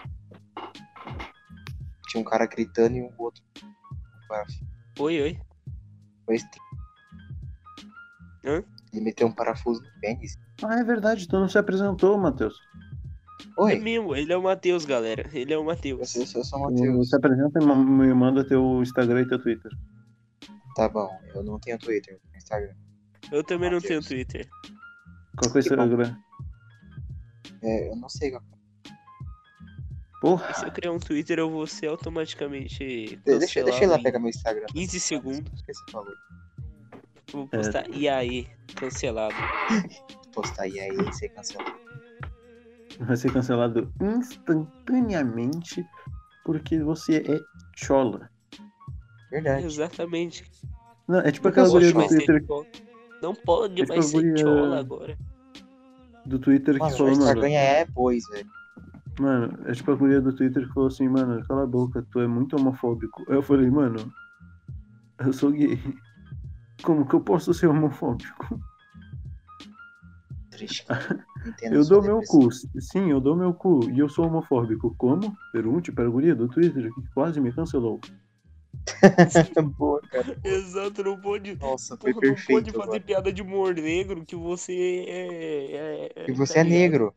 Tinha um cara gritando e um outro. Oi, oi. Depois Hã? ele meteu um parafuso no pênis. ah, é verdade, tu não se apresentou, Matheus. É Oi, mesmo, ele é o Matheus, galera. Ele é o eu Matheus. sou, eu sou, eu sou o Tu Matheus. se apresenta e ma- me manda teu Instagram e teu Twitter. Tá bom, eu não tenho Twitter, eu tenho Instagram. Eu também não tenho Matheus. Twitter. Qual que é o Que bom. Instagram? É, eu não sei, cara. Porra, E se eu criar um Twitter, eu vou ser automaticamente De- Deixa, cancelado deixa eu ir lá em pegar meu Instagram. quinze segundos. O que você falou? Vou postar e aí, cancelado. Postar aí aí, ser cancelado. vai ser cancelado instantaneamente porque você é chola. Verdade. Exatamente. Não, é tipo Não aquela posso guria do mais ser Twitter, chola. Não pode É tipo mais a ser guria- chola agora. do Twitter que Mano, meu falou, mano, Instagram é boys, velho. mano, é tipo a guria do Twitter que falou assim, mano, cala a boca, tu é muito homofóbico. Aí eu falei, mano, eu sou gay. Como que eu posso ser homofóbico? Triste, cara. Entendo Eu sua dou meu depressão. cu, sim, eu dou meu cu, e eu sou homofóbico. Como? Pergunte para a guria do Twitter que quase me cancelou. Boa, cara. Exato, não pode. Nossa, foi Porra, não pode perfeito fazer agora. piada de humor negro que você é. é, é E você tá é ligado? negro.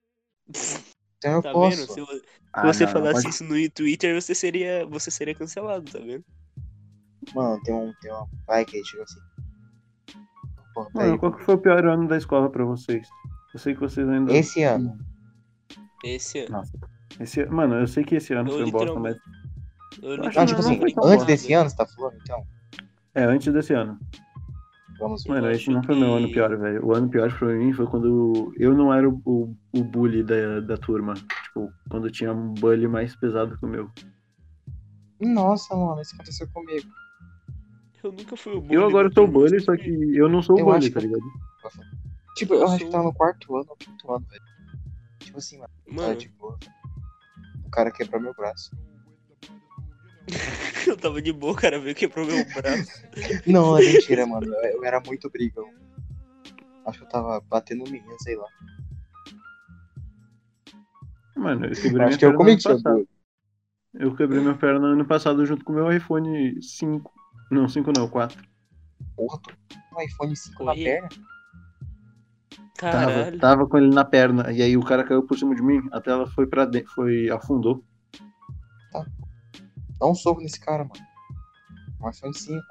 Então eu Tá posso. vendo? Se, se Ah, você não, falasse pode- isso no Twitter, você seria, você seria cancelado, tá vendo? Mano, tem um, tem uma pai que chegou assim. Porra, Mano, peraí. qual que foi o pior ano da escola pra vocês? Eu sei que vocês ainda... Esse ano. Esse ano. Nossa. Esse... Mano, eu sei que esse ano Eu foi bosta, mas... literalmente. Eu Eu acho Não, que tipo não assim, foi tão antes bom. desse ano, você tá falando, então? É, antes desse ano. Vamos ver. Mano, Eu esse acho não foi meu ano que- pior, velho. O ano pior pra mim foi quando eu não era o, o, o bully da, da turma. Tipo, quando tinha um bully mais pesado que o meu. Nossa, mano, isso aconteceu comigo. Eu nunca fui o bully. Eu agora da sou o turma, bully, eu só sempre- que eu não sou o Eu bully, acho tá que- ligado? Tipo, eu Eu acho que sou- tava no quarto ano ou quinto ano, velho. Tipo assim, mano, tava Mano, de boa. O cara quebrou meu braço. eu tava de boa, o cara veio quebrou meu braço. Não, é mentira, mano. Eu, eu era muito brigão. Acho que eu tava batendo no menino, sei lá. Mano, eu quebrei Eu minha acho que eu perna ano cometi a passado. boa. Eu quebrei minha perna ano passado junto com o meu iPhone cinco. Não, cinco não, quatro. Porra, tô com um iPhone cinco na Oi. perna. Tava, Caralho. tava com ele na perna. E aí o cara caiu por cima de mim. A tela foi pra dentro, foi, afundou. Dá um soco nesse cara, mano. Um iPhone cinco.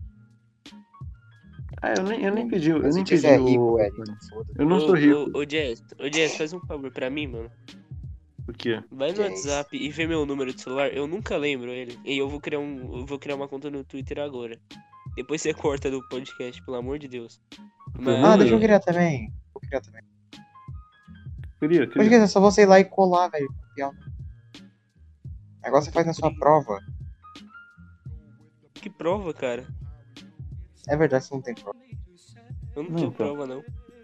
Ah, eu nem, eu nem pedi, eu Mas nem o Jess pedi é rico, o velho. iPhone. Então foda. Eu não sou rico. Ô, ô, Jess, ô, Jess, faz um favor pra mim, mano. O quê? Vai no Que é isso? WhatsApp e vê meu número de celular. Eu nunca lembro ele. E eu vou criar um. Eu vou criar uma conta no Twitter agora. Depois você corta do podcast, pelo amor de Deus. Mas- Ah, deixa eu criar também. Vou criar também. Queria, Mas queria. é só você ir lá e colar, velho. Copiar. Agora você faz na sua prova. Que prova, cara? É verdade, você não tem prova. Eu não Não, tenho então. prova, não.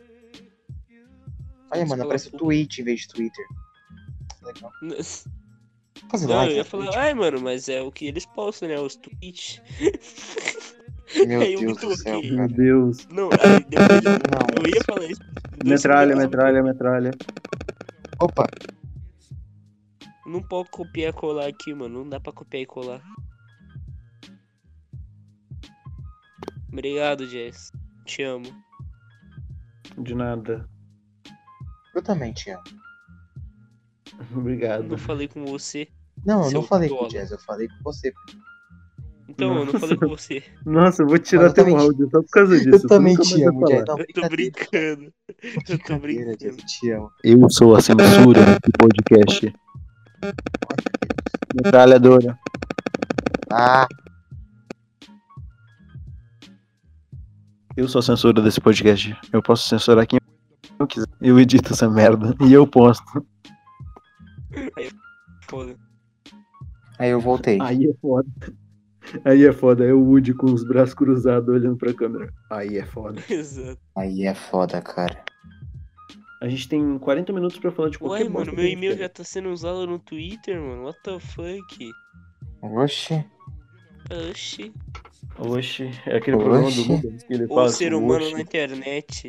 Olha, mano, Escola aparece pública. tweet em vez de Twitter. Legal. Fazer Não, like eu ia no falar, Twitch. ai, mano, mas é o que eles postam, né? Os tweets. Meu Aí eu me Deus do céu, toquei. Meu cara. Deus. Não, aí depois eu, Não. eu ia falar isso. dois Metralha, segundos metralha, metralha. Opa, depois. Não pode copiar e colar aqui, mano. Não dá pra copiar e colar. Obrigado, Jess. Te amo. De nada. eu também te amo. Eu Obrigado. não falei com você. Não, eu Seu não falei com o tolo. Jazz, eu falei com você. Então, eu não Nossa. falei com você. Nossa, eu vou Mas tirar eu teu também te- áudio só por causa disso. Eu Tu também nunca te mais vai amo, falar. Jazz. Não, Eu tô brincando. Eu tô Brincadeira, Jazz, brincando. eu te amo. Eu sou a censura do podcast. Metralhadora. Ah, Eu sou a censura desse podcast. Eu posso censurar quem eu quiser. Eu edito essa merda. E eu posto. Foda. aí eu voltei. Aí é foda. Aí é foda. É o Woody com os braços cruzados olhando pra câmera. Aí é foda. Exato. Aí é foda, cara. A gente tem quarenta minutos pra falar de qualquer Uai, bosta mano, que meu a gente e-mail quer. já tá sendo usado no Twitter, mano. What the fuck? Oxi. Oxi. Oxe, é aquele programa do Oxe. Lucas que ele O fala. ser humano oxe. na internet.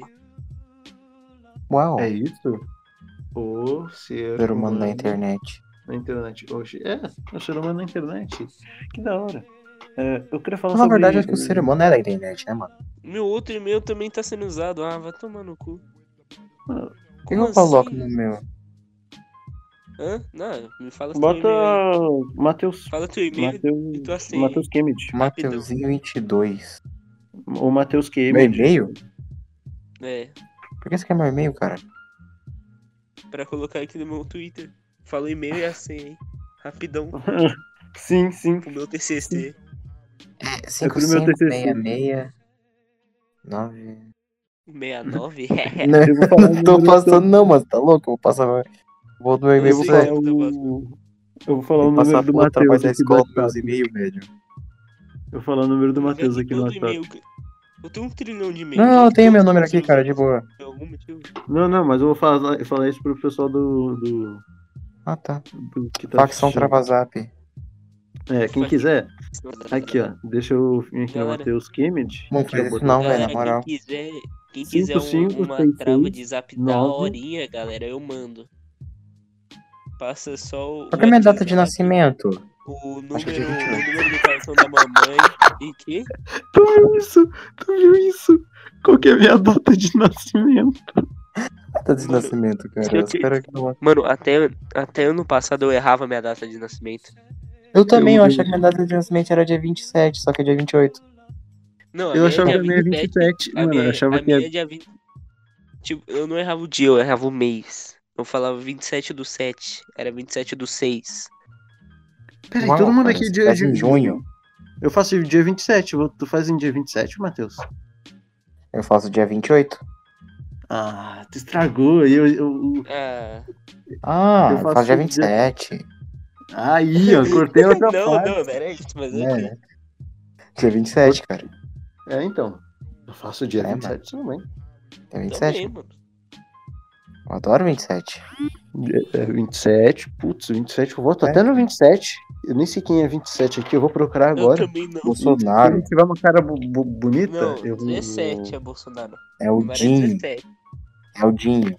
Uau. É isso? O ser, Ser humano na internet. Na internet. Oxe. É, o ser humano na internet. Que da hora. É, eu queria falar Na sobre... verdade, acho que o ser humano é da internet, né, mano? Meu outro e-mail também tá sendo usado. Ah, vai tomar no cu. Ah, Como eu assim? coloco no meu. Hã? Não, me fala teu Bota e-mail aí. Matheus. Fala teu e-mail e Matheus. tua senha. Matheus Kemid. Mateuzinho vinte e dois. O Matheus Meu Kemid. e-mail? É, Por que você quer meu e-mail, cara? pra colocar aqui no meu Twitter. Fala o e-mail e a senha aí. Rapidão. Sim, sim. O meu T C C. É É cinco pro meu cinco T C C. seis seis nove. sessenta e nove? Não, Eu vou falar o não tô número passando, do- não, mano. Tá louco? Eu vou passar. meu- Vou no meu e-mail Eu Eu vou sei você. que falar você tá o... Eu vou falar o Vou número passar do pro trabalho Matheus da aqui do escola meus WhatsApp. e-mails, velho. Eu vou falar o número do Mas Matheus é que aqui no todo WhatsApp. e-mail que- Eu tenho um trilhão de e-mails. Não, já eu que tenho meu todos número eles são aqui, cara, de usados boa. por algum motivo. Não, não, mas eu vou falar, falar isso pro pessoal do, do, Ah, tá. do que tá Facção assistindo. Travazap. É, quem quiser. Aqui, ó. Deixa eu vir aqui no Galera. Matheus Kemid. Não Deixa faz eu isso botar- não, velho, Galera, na moral. quem quiser, quem Cinco, quiser um- cinco, uma seis, trava seis, de zap da nove. horinha, galera, eu mando. Passa só o Qual que é a minha data de WhatsApp, nascimento? o Acho que é número, dia vinte e o oito. número do cartão da mamãe e que? Tu viu isso? Tu viu isso? Qual que é a minha data de nascimento? Data de Mano, nascimento, cara. se eu Eu te- espero que não. Mano, até, até ano passado eu errava minha data de nascimento. Eu também, eu, Eu- achava que minha data de nascimento era dia vinte e sete, só que é dia vinte e oito. Não, a Eu minha achava é que dia a minha é vinte e vinte e sete. sete. A Mano, minha, eu achava a que minha é... é dia vinte. Tipo, eu não errava o dia, eu errava o mês. Eu falava vinte e sete do sete, era vinte e sete do seis. Peraí, Uau, todo mundo cara, aqui é você dia faz de em junho. Eu faço dia vinte e sete. Tu faz em dia vinte e sete, Matheus? Eu faço dia vinte e oito. Ah, tu estragou. Eu, eu... Ah, Ah, Eu eu faço faço dia dia- vinte e sete. Aí, ó, cortei a outra não, parte. não, não era isso, mas ok. É. Dia vinte e sete, cara. É, então. Eu faço dia É, vinte e sete também. Dia vinte e sete. Também, mano. Eu adoro vinte e sete. É vinte e sete, putz, vinte e sete, eu voto É. até no vinte e sete. Eu nem sei quem é vinte e sete aqui, eu vou procurar agora. Eu também não. Se Bolsonaro. ele tiver uma cara bu- bu- bonita, Não, eu vou... dezessete é Bolsonaro. É o Número é Dinho. dezessete. É o Dinho.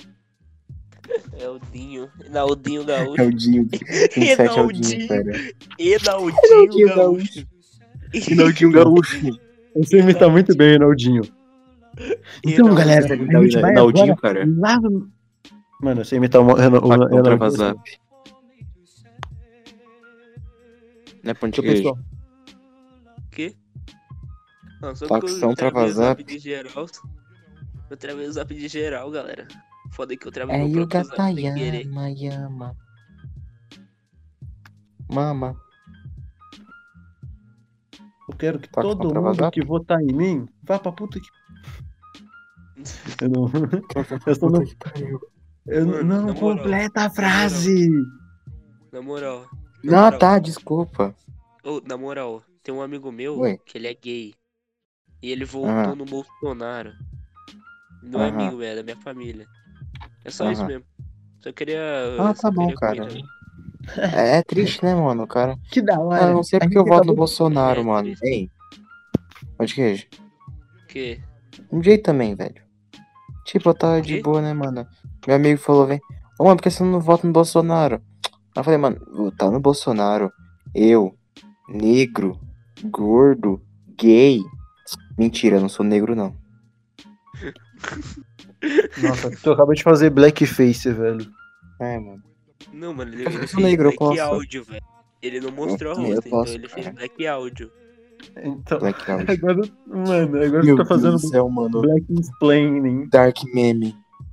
É o Dinho. Não, o Dinho É Gaúcho. o Dinho. vinte e sete é o Dinho, cara. Enaldinho Dinho Gaúcho. Rinaldinho Gaúcho. Você imita muito bem, Ronaldinho. Então, Reinaldinho. galera, Você a imitar o gente vai Rinaldinho, agora cara? lá no... Mano, você imitar o Ronaldinho. Facção Travazap. Não é pão de Então, queijo. pessoal, O quê? Não, só Facção porque eu travei o Travazap. zap de geral. Eu travei o zap de geral, galera. Foda que eu travei É meu Yuga próprio zap sem querer. Tayama, Yama. Mama. Eu quero que Tá com todo pra mundo vazar? que votar em mim vá pra puta que. Eu não. Eu só Puta não. que pariu. Eu Mano, não na moral, completa a na frase! Na moral. Na Não, moral. tá, desculpa. Ô, na moral, tem um amigo meu Oi. que ele é gay. E ele votou Aham. no Bolsonaro. Não é Aham. amigo, é da minha família. É só isso Aham. mesmo. Só queria. Ah, Só tá bom, queria cara. comentar. É, é triste, né, mano, cara? Que da Ah, eu hora! não sei A porque eu gente voto no acabou de- Bolsonaro, É, mano. triste. Ei. Pode queijo. Que? Um jeito também, velho. Tipo, eu tava de Quê? boa, né, mano? Meu amigo falou, vem. Ô, mano, por que você não vota no Bolsonaro? Aí eu falei, mano, votar no Bolsonaro. Eu, negro, gordo, gay. Mentira, eu não sou negro, não. Nossa, tu acabou de fazer blackface, velho. É, mano. Não, mano, ele, Eu ele sou fez negro, eu black posso. áudio, velho. Ele não mostrou a Eu rosto, posso, então ele fez cara. black áudio. Então, Blackout. agora, mano, agora Meu tu tá Deus fazendo do céu, mano. black explaining. Dark meme.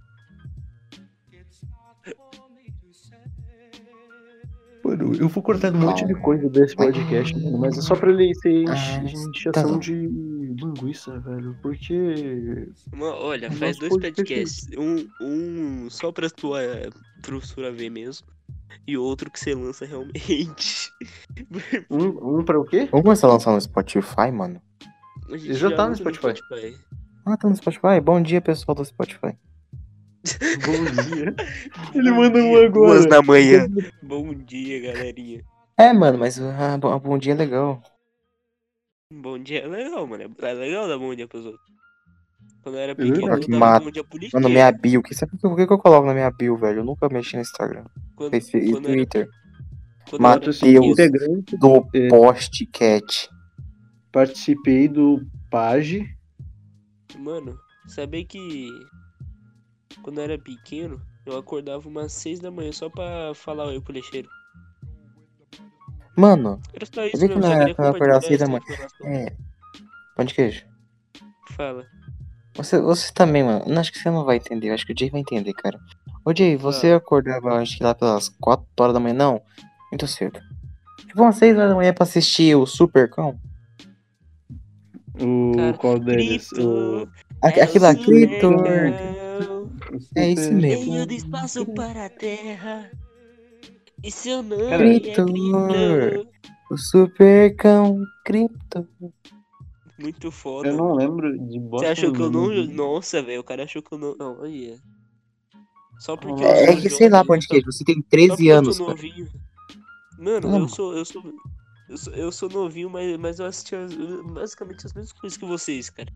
Mano, eu vou cortar um monte de coisa desse podcast, mano, mas é só pra ele ser enche- encheção Tá. de linguiça, velho. Porque. Mano, olha, Nosso faz dois podcast podcasts. Um, um só pra tua professora ver mesmo. E outro que você lança realmente. Um, um pra o quê? Vamos começar a lançar no Spotify, mano? A gente Ele já tá no lança Spotify. Ah, tá no Spotify? Bom dia, pessoal do Spotify. Bom dia. Bom Ele manda um dia, agora. duas da manhã. Bom dia, galerinha. É, mano, mas ah, bom, bom dia é legal. Bom dia é legal, mano. É legal dar bom dia pros outros. Quando eu era verdade. pequeno, eu Que dava mata. bom dia pro Mano, minha lixeiro. bio. Que, sabe o que, que eu coloco na minha bio, velho? Eu nunca mexi no Instagram. Quando, Facebook e quando eu era, Twitter. quando eu era Matheus, pequeno. integrante Do É. Postcat. Participei do Page. Mano, sabia que quando eu era pequeno, eu acordava umas seis da manhã só pra falar oi pro lixeiro. Mano, Era só eu isso vi que mesmo, não só era queria quando eu acordava compartilhar seis da essa manhã. informação. É. Pão de queijo. Fala. Você, você também, mano. Não, acho que você não vai entender. Acho que o Jay vai entender, cara. Ô, Jay, você Fala. acordava, acho que lá pelas quatro horas da manhã. Não, muito cedo. Tipo, umas seis horas da manhã pra assistir o Super Cão. O Cara, qual deles? Cripto, O... Aqui, é aqui o lá, Super Krypton. Cão, É esse mesmo. veio do espaço para a Terra. E seu nome Cara, é Krypton. Cripto. O Super Cão, Krypton. Muito foda. Eu não mano. lembro de Você bosta achou que eu não. nenhuma. Nossa, velho, o cara achou que eu não. Não, olha. Só porque Ah, eu É, sou é que, sei lá, jovem. Pão de Só, Queijo, você tem só treze porque eu anos, sou cara. novinho. Mano, Ah, eu sou. Eu sou. Eu sou, eu sou novinho, mas, mas eu assisti as- basicamente as mesmas coisas que vocês, cara.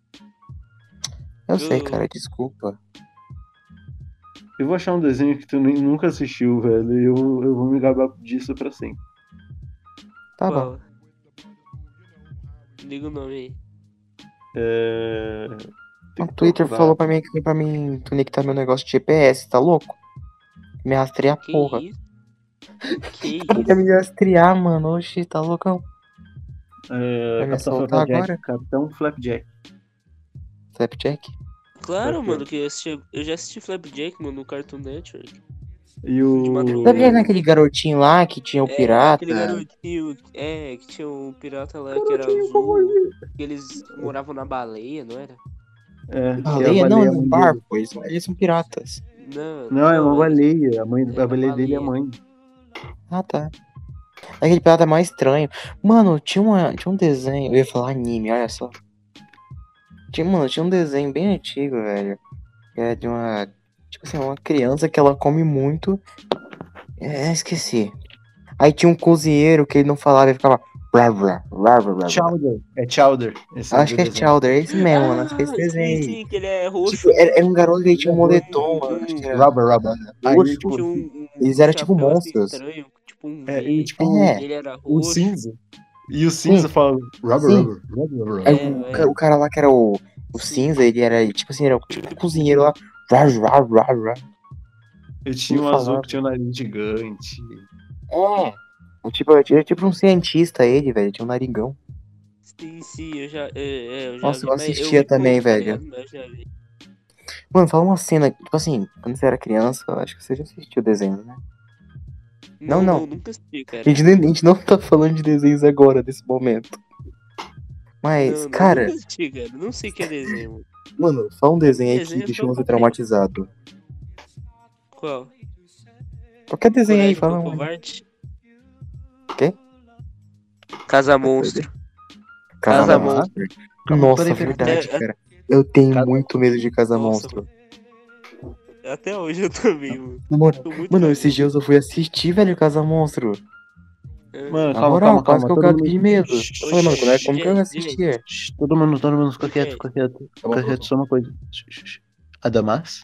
Eu sei, Eu- cara, desculpa. Eu vou achar um desenho que tu nem, nunca assistiu, velho. E eu, eu vou me gabar disso pra sempre. Tá bom. Qual? Liga o nome aí. É... Tem O que Twitter procurar. falou pra mim que pra mim conectar meu negócio de G P S, tá louco? Me rastrear, Que porra. isso? Que Quer isso? me rastrear, mano? Oxi, tá loucão? É... Vai me Capitão assaltar Flapjack. agora? Capitão Flapjack. Flapjack? Claro, Flapjack. mano, que eu, assisti, eu já assisti Flapjack, mano, no Cartoon Network. E o... De madrugada. Flapjack não é aquele garotinho lá que tinha o É, pirata? aquele garotinho. É, que tinha um pirata lá que era Garotinho azul. favorito. Que eles moravam na baleia, não era? É, que é a Baleia? Não, baleia é um mãe barco, dele. eles, são- eles são piratas. Não, Não, é uma eles- baleia. A, mãe... É, a baleia uma dele é a baleia. mãe. Ah, tá. Aquele pirata mais estranho. Mano, tinha, uma, tinha um desenho. Eu ia falar anime, olha só. Tinha, mano, tinha um desenho bem antigo, velho. Que é de uma. Tipo assim, uma criança que ela come muito. É, esqueci. Aí tinha um cozinheiro que ele não falava e ficava. Brá, brá, brá, brá, brá. Chowder. É Chowder. Esse Acho que é desenho. Chowder, é esse mesmo, mano. Acho que é esse Ah, sim, desenho. sim, que ele é roxo. Tipo, era, era um garoto que tinha um Ele é moletom, roxo. mano. Acho que era. Rubber, rubber. Aí, Roxo. tipo, Tinha um, um, Eles um eram tipo chapéu, assim, monstros. estranho, tipo um é, V. e, tipo, É. Ele era o roxo. cinza. E o cinza Sim. fala rubber, Sim. rubber, rubber, rubber. Aí É, o, é. ca- o cara lá que era o, o Sim. cinza, ele era tipo assim, era tipo um cozinheiro lá. Rá, rá, rá, rá. Eu tinha um Não azul falava. que tinha um nariz gigante. É. O tipo, era tipo um cientista ele, velho. Tinha um narigão. Sim, sim, eu já, é, é, eu já Nossa, vi, eu mas eu assistia vi também, pouco, tá velho. ligado? Mas eu já vi. Mano, fala uma cena, tipo assim, quando você era criança, eu acho que você já assistiu o desenho, né? Não, Não, não. não, nunca assisti, cara. A gente, nem- a gente não tá falando de desenhos agora, nesse momento. Mas, Não, não, cara, nunca assisti, cara. Não sei o que é desenho, mano. mano, fala um desenho aí que Desenho é deixou só você papel. traumatizado. Qual? Qualquer desenho aí, Coragem fala do um. Covarde? Quê? Casa Monstro. Casa Casa Monstro. Calma, Nossa, peraí, peraí, verdade, peraí. cara. Eu tenho Casa- muito medo de Casa Nossa, Monstro. Até hoje eu também, mano. Mano, Tô muito mano, mais esses dias eu fui assistir, velho, Casa Monstro. Mano, Na calma, moral, calma, quase calma. que eu Todo caguei mundo... de medo. Shhh, Eu falei, mano, como, é, como que eu Gente, assistia? shhh, todo mundo, todo mundo, fica Ok. quieto, fica quieto. Tá bom, Fica tá quieto, bom. só uma coisa. Shhh, shh, shh. Adamas?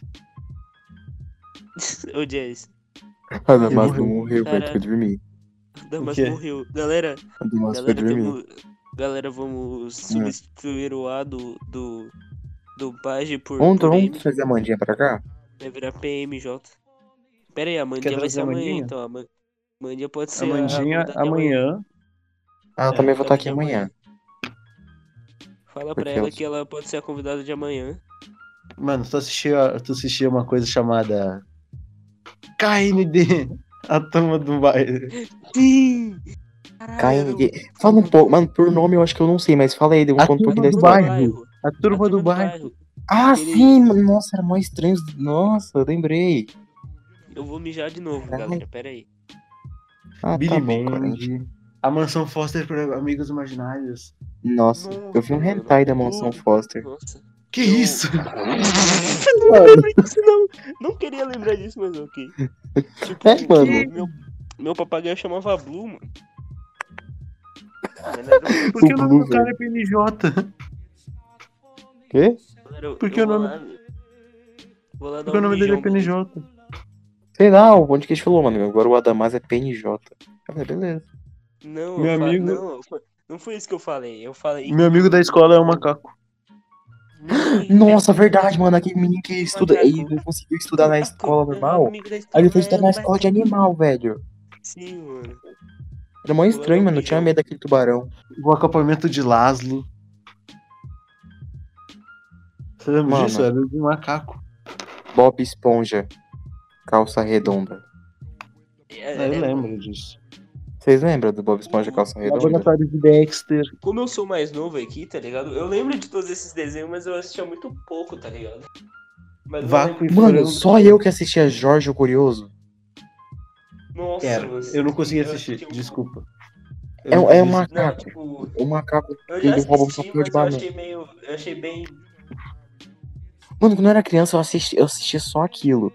Ô, Jazz. A Damas morreu. não morreu, velho, Cara. foi dormir. Damas quê? morreu. Galera, A Damas foi galera, dormir. temos... Galera, vamos substituir o A do, do, do Page por, Vamos, por M. vamos trazer a Mandinha pra cá? Vai virar P M J. Pera aí, a Quer Mandinha vai trazer ser a amanhã, Mandinha? então. A Man- Mandinha pode A ser a, a Mandinha convidada de amanhã. amanhã. Ah, eu É, também vou estar Convidada aqui de amanhã. Fala pra Porque ela eu- que ela pode ser a convidada de amanhã. Mano, tu assistia, tu assistia uma coisa chamada K N D, a turma do baile. Sim! Caralho, K era N o- D. Fala um pouco, mano, por nome eu acho que eu não sei, mas fala aí, um A conta um pouquinho turma da do história. bairro. A turma do bairro. Ah, Aquele- sim, mano, nossa, era mó estranho. Nossa, eu lembrei. Eu vou mijar de novo, Caralho. galera. Pera aí. Ah, Billy tá bom, cara. a gente- Band. A Mansão Foster para Amigos Imaginários. Nossa, eu vi um Nossa, hentai da mano. Mansão Puta, Foster. Nossa. Que Eu- isso? Eu não lembrei disso, não. Não queria lembrar disso, mas ok. Tipo, É, mano. meu, meu papagaio chamava Blue, mano. Mas não era um- Por que O o nome Blue, do cara velho. é P N J? Quê? Galera, Por que eu o vou nome- lá- Vou lá dar Porque o um nome dele é mijão, P N beleza? J. Sei lá, o onde que a gente falou, mano. Agora o Adamas é P N J. Eu falei, beleza. Não, Meu eu fa- amigo- não, foi- não foi isso que eu falei. Eu falei. Meu amigo da escola é um macaco. Não, Nossa, é- verdade, mano. Aquele menino que estuda. macaco. Ele não conseguiu estudar na Macaco. escola Meu normal. amigo da Aí ele foi escola estudar é na um escola de macaco. animal, velho. Sim, mano. Era mó estranho, mano. Eu tinha medo daquele tubarão. O acampamento de Laszlo. Você lembra Mano. disso? Era de um macaco. Bob Esponja. Calça redonda. É- Ah, eu é- lembro disso. Vocês lembram do Bob Esponja calça redonda? Laboratório de Dexter. Como eu sou mais novo aqui, tá ligado? Eu lembro de todos esses desenhos, mas eu assistia muito pouco, tá ligado? Mas eu Vácuo lembro- e Mano, frango. só eu que assistia Jorge o Curioso. Nossa, Era. você- Eu não consegui eu assistir, assisti um- desculpa. Eu É, não um- é consegui um assistir. Não, macaco. tipo, Um macaco eu que já ele rouba um assisti, papel mas de eu banana. achei meio. Eu achei bem. Mano, quando eu era criança, eu assistia, eu assistia só aquilo.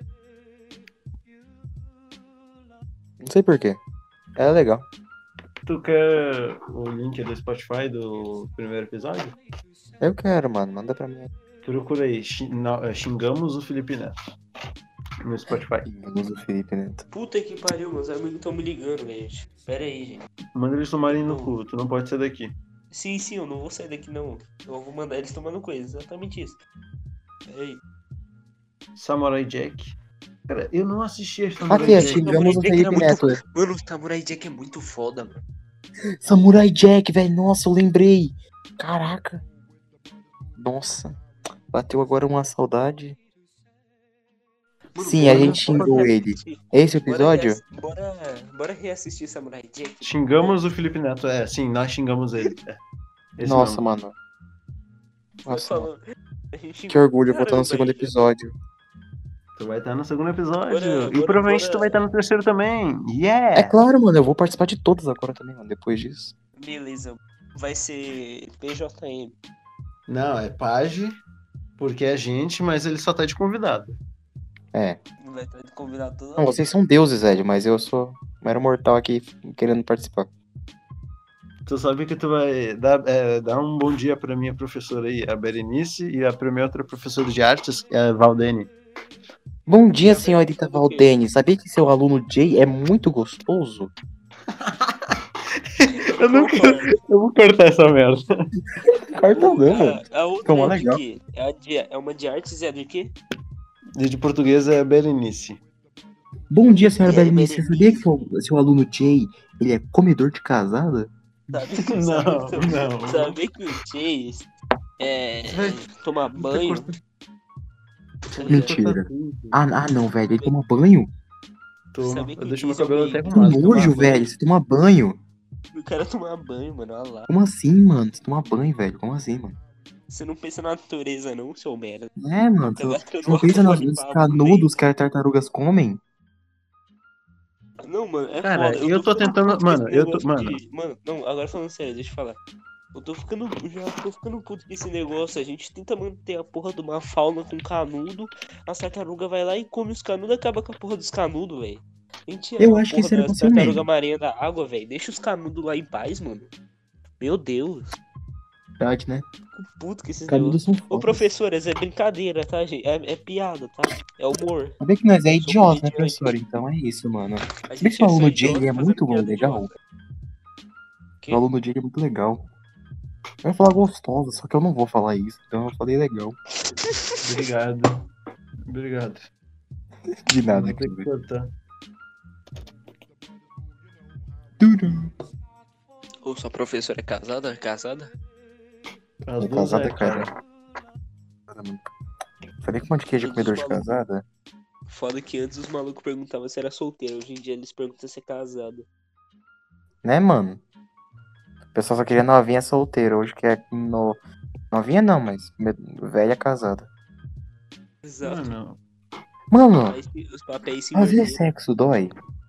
Não sei porquê. Era legal. Tu quer o link do Spotify do primeiro episódio? Eu quero, mano. Manda pra mim. Procura aí. Xi- na- é, Xingamos o Felipe Neto. No Spotify. Menos o Felipe Neto. Puta que pariu, meus amigos estão me ligando, gente. Pera aí, gente. Manda eles tomarem no cu. Tu não pode sair daqui. Sim, sim, eu não vou sair daqui não. Eu vou mandar eles tomando coisa, exatamente isso. Pera aí. Samurai Jack. Cara, eu não assisti a Samurai Aqui, Jack. xingamos o Jack era Felipe muito- Neto. Mano, o Samurai Jack é muito foda, mano. Samurai Jack, velho. Nossa, eu lembrei. Caraca. Nossa. Bateu agora uma saudade. Mano, Sim, bora- a gente bora xingou ele. reassistir. Esse Bora episódio? reass- Bora, bora reassistir Samurai Jack. Xingamos o Felipe Neto. É, sim, nós xingamos ele. É. Esse Nossa, mesmo. mano. Você Nossa, mano. falou- a gente- Que orgulho, eu vou estar no Caramba, segundo gente. episódio. Tu vai estar no segundo episódio. Bora- e bora- provavelmente bora- tu vai estar no terceiro também. Yeah! É claro, mano, eu vou participar de todos agora também, mano, depois disso. Beleza, vai ser P J M. Não, é Page, porque é gente, mas ele só tá de convidado. É. Não vai estar convidado toda Não, vocês são deuses, velho, mas eu sou um mero mortal aqui querendo participar. Tu sabe que tu vai dar, é, dar um bom dia pra minha professora aí, a Berenice, e a pra minha outra professora de artes, a Valdene. Bom dia, Já vem senhorita tudo o quê? Valdene. Sabia que seu aluno Jay é muito gostoso? Eu não Concordo. Eu vou cortar essa merda. Corta O- não, mano. a, a outra Ficou mó é de legal. quê? É, a de- é uma de artes e é de quê? E de português é Berenice. Bom dia, senhora E aí, Berenice. Você sabia que seu, seu aluno Jay, ele é comedor de casada? Sabe, Não, sabe, não. Saber que o Chase é, tomar banho. tá ligado? Mentira. Ah, ah, não, velho. Ele toma banho? Tô, Sabia eu que deixo meu diesel cabelo veio- até Que arrumado. tomar nojo, banho. velho. Você toma banho. O cara tomar banho, mano, olha lá. Como assim, mano? Você toma banho, velho. Como assim, mano? Você não pensa na natureza, não, seu merda. É, mano. Tá Você gastando você não pensa nos, água nos pra canudos que as tartarugas comem? Não, mano, é Cara, foda. eu tô ficando tentando- puto com esse mano, eu tô- negócio mano. de- Mano, não, agora falando sério, deixa eu falar. Eu tô ficando. Já tô ficando puto com esse negócio. A gente tenta manter a porra de uma fauna com canudo. A tartaruga vai lá e come os canudos e acaba com a porra dos canudos, velho. A gente tira Eu a acho que porra isso era das pra ser um tartaruga meme. marinha da água, velho. Deixa os canudos lá em paz, mano. Meu Deus. Verdade, né? Fico puto com esses Canudos negócios. são Ô, fodas. professoras, é brincadeira, tá, gente? É, é piada, tá? É humor. Sabia que nós é Eu sou idiota, né, comediante. professor? Então é isso, mano. A Sabia que gente seu é só aluno Jay idiota ele é fazendo muito piada legal? idiota. Que? O aluno Jay é muito legal. Eu ia falar gostoso, só que eu não vou falar isso. Então eu falei legal. Obrigado. Obrigado. De Eu nada, vou ter que cara. cortar. Tudo. Ô, sua professora é casada? Casada? As É duas casada, é, cara. cara. Sabia que um monte de queijo é Todos comedor os de malucos. casada? Foda que antes os malucos perguntavam se era solteiro. Hoje em dia eles perguntam se é casado. Né, mano? O pessoal só queria novinha solteira. Hoje quer no... novinha não, mas me- velha casada. Exato. Mano, Mano, Aí se- os papéis se fazer inverteram. sexo dói?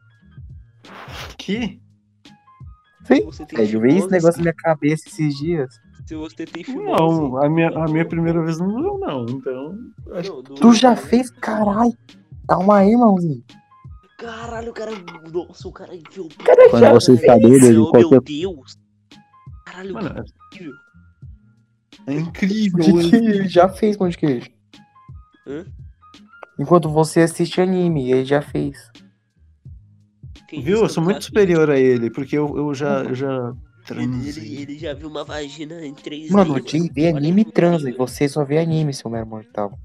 que? Se Sim, você tem velho. Veio esse fimose, negócio na minha cabeça esses dias. se você tem fimose... Não, a minha, a então- minha primeira vez não doeu, não. Então, acho Não, do- Tu já do- fez? Caralho. Calma aí, irmãozinho. Caralho, o cara... Nossa, o cara enfiou... Cara, Quando você Caralho, está doido, meu qualquer- Deus. Caralho, Mano, que incrível. é Pão incrível. de queijo, ele já fez pão de queijo. Hã? Enquanto você assiste anime, ele já fez. Que Viu? isso Eu que sou eu muito já fiz? superior a ele, porque eu, eu já, eu já Ele, transei. ele, ele já viu uma vagina em três D. Mano, o Jay vê Olha anime e como transa, e incrível. você só vê anime, seu mero mortal.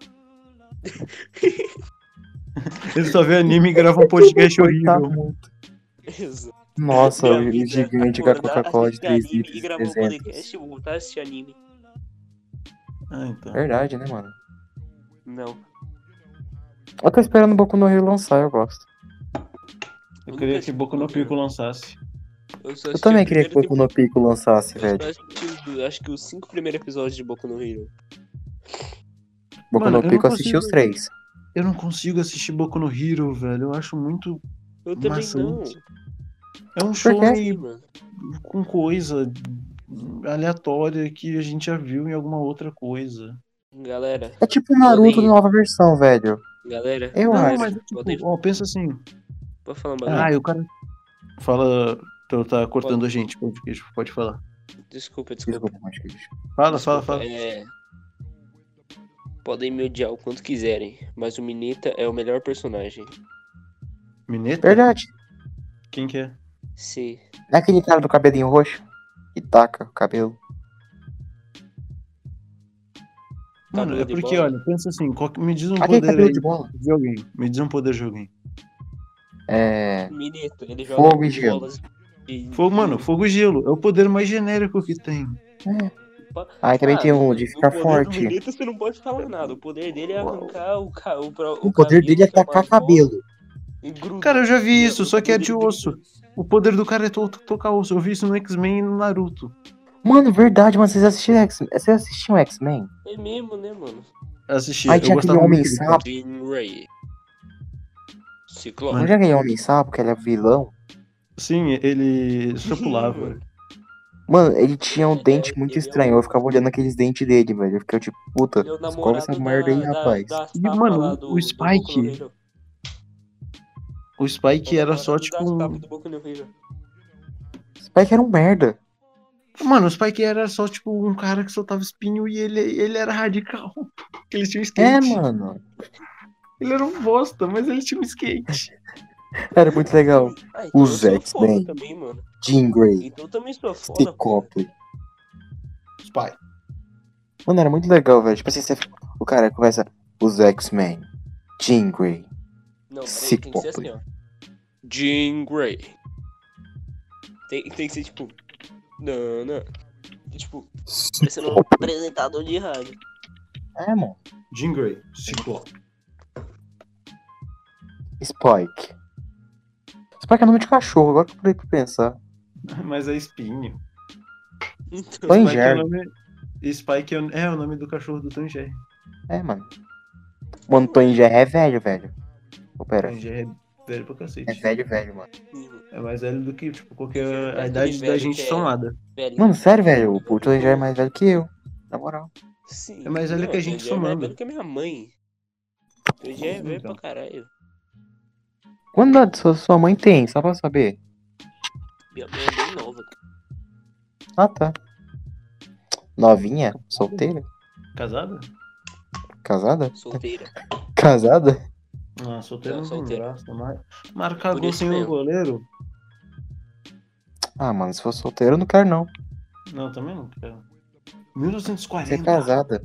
Ele só vê anime e grava um podcast Tá horrível. muito. Exato. Nossa, Minha o vida, gigante com a acordar, Coca-Cola de assistir três anime litros e e gravar um trezentos. podcast e voltar a assistir anime. Ah, então. Verdade, né, mano? Não. Eu tô esperando o Boku no Hero lançar, eu gosto. Eu nunca queria que assisti Boku no Boku no Pico lançasse. Eu só Eu assisti também a queria que primeira Boku no Pico lançasse, temporada. velho. Eu só assisti, os- acho que os cinco primeiros episódios de Boku no Hero. Boku Mano, no eu Pico não eu assisti consigo- os três. Eu não consigo assistir Boku no Hero, velho. Eu acho muito. Eu também Maçante. não. É um show quê? Sim, meio mano. com coisa aleatória que a gente já viu em alguma outra coisa. Galera, É tipo o Naruto Podem- nova versão, velho. galera. Eu não, acho. mas tipo, Podem- ó, pensa assim. Pode falar um bagulho? Ah, e o cara. Fala. Tu tá cortando a gente, pode, pode falar. Desculpa, desculpa. Desculpa, mas que isso. Fala, fala, Desculpa, fala. é... Podem me odiar o quanto quiserem, mas o Mineta é o melhor personagem. Mineta? Verdade. Quem que é? Sim. É aquele cara do cabelinho roxo que taca o cabelo. Mano, Cabelo é de porque, bola. olha, pensa assim, qual que- me diz um Aquele poder cabelo aí de bola. de alguém. Me diz um poder de alguém. É. Mineta, ele joga Fogo e gelo. bolas de- Fogo, mano, fogo e gelo. É o poder mais genérico que tem. Aí também Ah, tem um mas de o ficar poder forte. do Mineta você não pode falar nada. O poder dele é arrancar o, ca... o, pro- O poder cabelo, dele é que é tacar umas cabelo. bolas, e gruda. Cara, eu já vi E isso, o só que é cabelo de dele osso. gruda. O poder do cara é to tocar osso. Eu vi isso no X-Men e no Naruto. Mano, verdade, mano. Vocês assistiram X-Men? Vocês assistiam X-Men? É mesmo, né, mano? Assisti, Aí eu tinha aquele gostava homem muito dele. sapo. Jean Grey. Ciclope. Não tinha aquele homem sapo que ele é vilão? Sim, ele só pulava. Mano, ele tinha um Ele é- dente muito ele é estranho. o- Eu ficava olhando aqueles dentes dele, velho. Eu fiquei tipo, puta, Ele é o escova namorado essa merda aí, da, da, rapaz. da E, sapa mano, lá o do, do Spike- Boku no Hero. O Spike É o era só namorado tipo da um... sapa do Boku no Hero. Spike era um merda. Mano, o Spike era só tipo um cara que soltava espinho e ele, ele era radical. Porque ele tinha um É, skate. mano. Ele era um bosta, mas ele tinha um skate. Era muito legal. Ah, então Os eu sou foda X-Men. também, mano. Jean Grey, Então eu também sou foda, pô. Ciclope. Spike. Mano, era muito legal, velho. Tipo assim, você... o cara começa, os X-Men, Jean Grey. Não, peraí, Ciclope. tem que ser assim, ó. Jean Grey. Tem, tem que ser tipo... Não, não. Tipo, parecendo um Ciclope. apresentador de rádio. É, mano. Jean Grey. Ciclope. Spike. Spike é nome de cachorro, agora que eu parei pra pensar. Mas é espinho. Então, Tom e Spike é o Jerry. nome. Spike é o... é o nome do cachorro do Tom e Jerry. É, mano. Mano, Tom e Jerry é velho, velho. Ô, pera. Tom e Jerry é velho pra É cacete. velho, velho, mano. É mais velho do que, tipo, Tom e Jerry qualquer. não é A aquele idade da velho gente que é somada. velho. Mano, sério, velho. O Tom e Jerry é mais velho que eu. Na moral. Sim. É mais velho não, que a Tom e gente Jerry é mais somando. velho que a minha mãe. Tom e Jerry é velho Então. pra caralho. Quantos anos sua, sua mãe tem? Só pra saber. Minha mãe é bem nova. Ah, tá. Novinha? Solteira? Casada? Casada? Solteira. Casada? Ah, solteiro Não, não tem solteiro. graça. Mas... Marcar Por gol isso sem o mesmo. goleiro? Ah, mano, se for solteiro, eu não quero, não. Não, também não quero. mil novecentos e quarenta. Você é casada.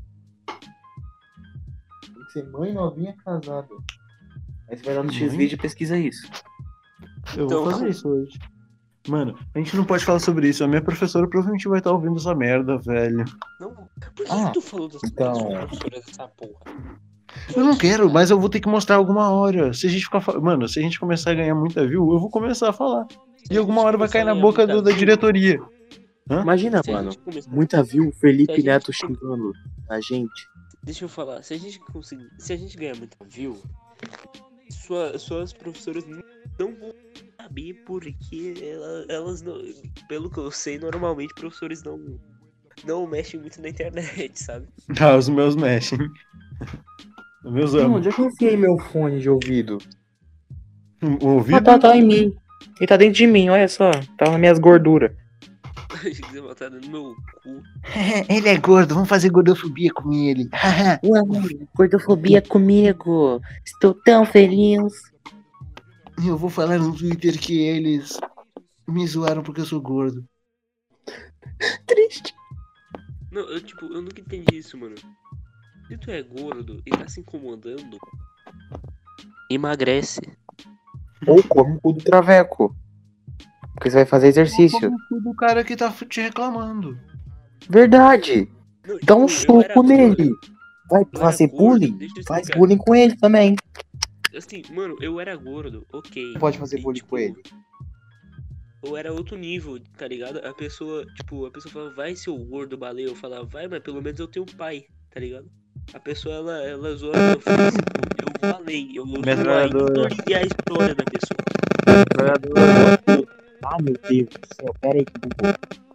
Tem que ser mãe novinha casada. Aí você vai lá no Mãe? X-Video e pesquisa isso. Eu Então- vou fazer isso hoje. Mano, a gente não pode falar sobre isso. A minha professora provavelmente vai estar ouvindo essa merda, velho. Não. Por que Ah, tu falou das então- sua professora dessa porra? Eu não quero, mas eu vou ter que mostrar alguma hora. Se a gente ficar. fa- Mano, se a gente começar a ganhar muita view, eu vou começar a falar. Se E a alguma gente hora vai começar cair a na ganhar boca muita do- da view, diretoria. Hã? Imagina, Se a mano. gente começar- Muita viu o Se a Felipe gente Neto come- xingando a gente. Deixa eu falar, se a gente conseguir, se a gente ganhar muita view, sua, suas professoras não vão saber porque ela- elas não, pelo que eu sei, normalmente professores não não mexem muito na internet, sabe? Ah, os meus mexem. Os meus Não, amam. onde é que eu enfiei meu fone de ouvido? O ouvido? Ah, tá, tá em mim. Ele tá dentro de mim, olha só. Tá nas minhas gorduras. Achei que você botar no meu cu. Ele é gordo, vamos fazer gordofobia com ele. Ué, gordofobia comigo. Estou tão feliz. Eu vou falar no Twitter que eles me zoaram porque eu sou gordo. Triste. Não, eu tipo, eu nunca entendi isso, mano. Se tu é gordo e tá se incomodando, emagrece. Ou come o cu do traveco. Porque você vai fazer exercício. Como o cu do cara que tá te reclamando. Verdade. Não, Dá um tipo, eu era soco gordo. nele. Vai Eu fazer era gordo, bullying? deixa eu Faz explicar. bullying com ele também. Assim, mano, eu era gordo, ok. Pode fazer E, bullying tipo, com ele. Eu era outro nível, tá ligado? A pessoa, tipo, a pessoa falava, vai seu gordo baleia. Eu falava, vai, mas pelo menos eu tenho pai, tá ligado? A pessoa, ela, ela zoa meu físico, eu falei, eu zoo Metralhadora. a índole e a história da pessoa. Ah, meu Deus do céu. Pera aí que eu vou.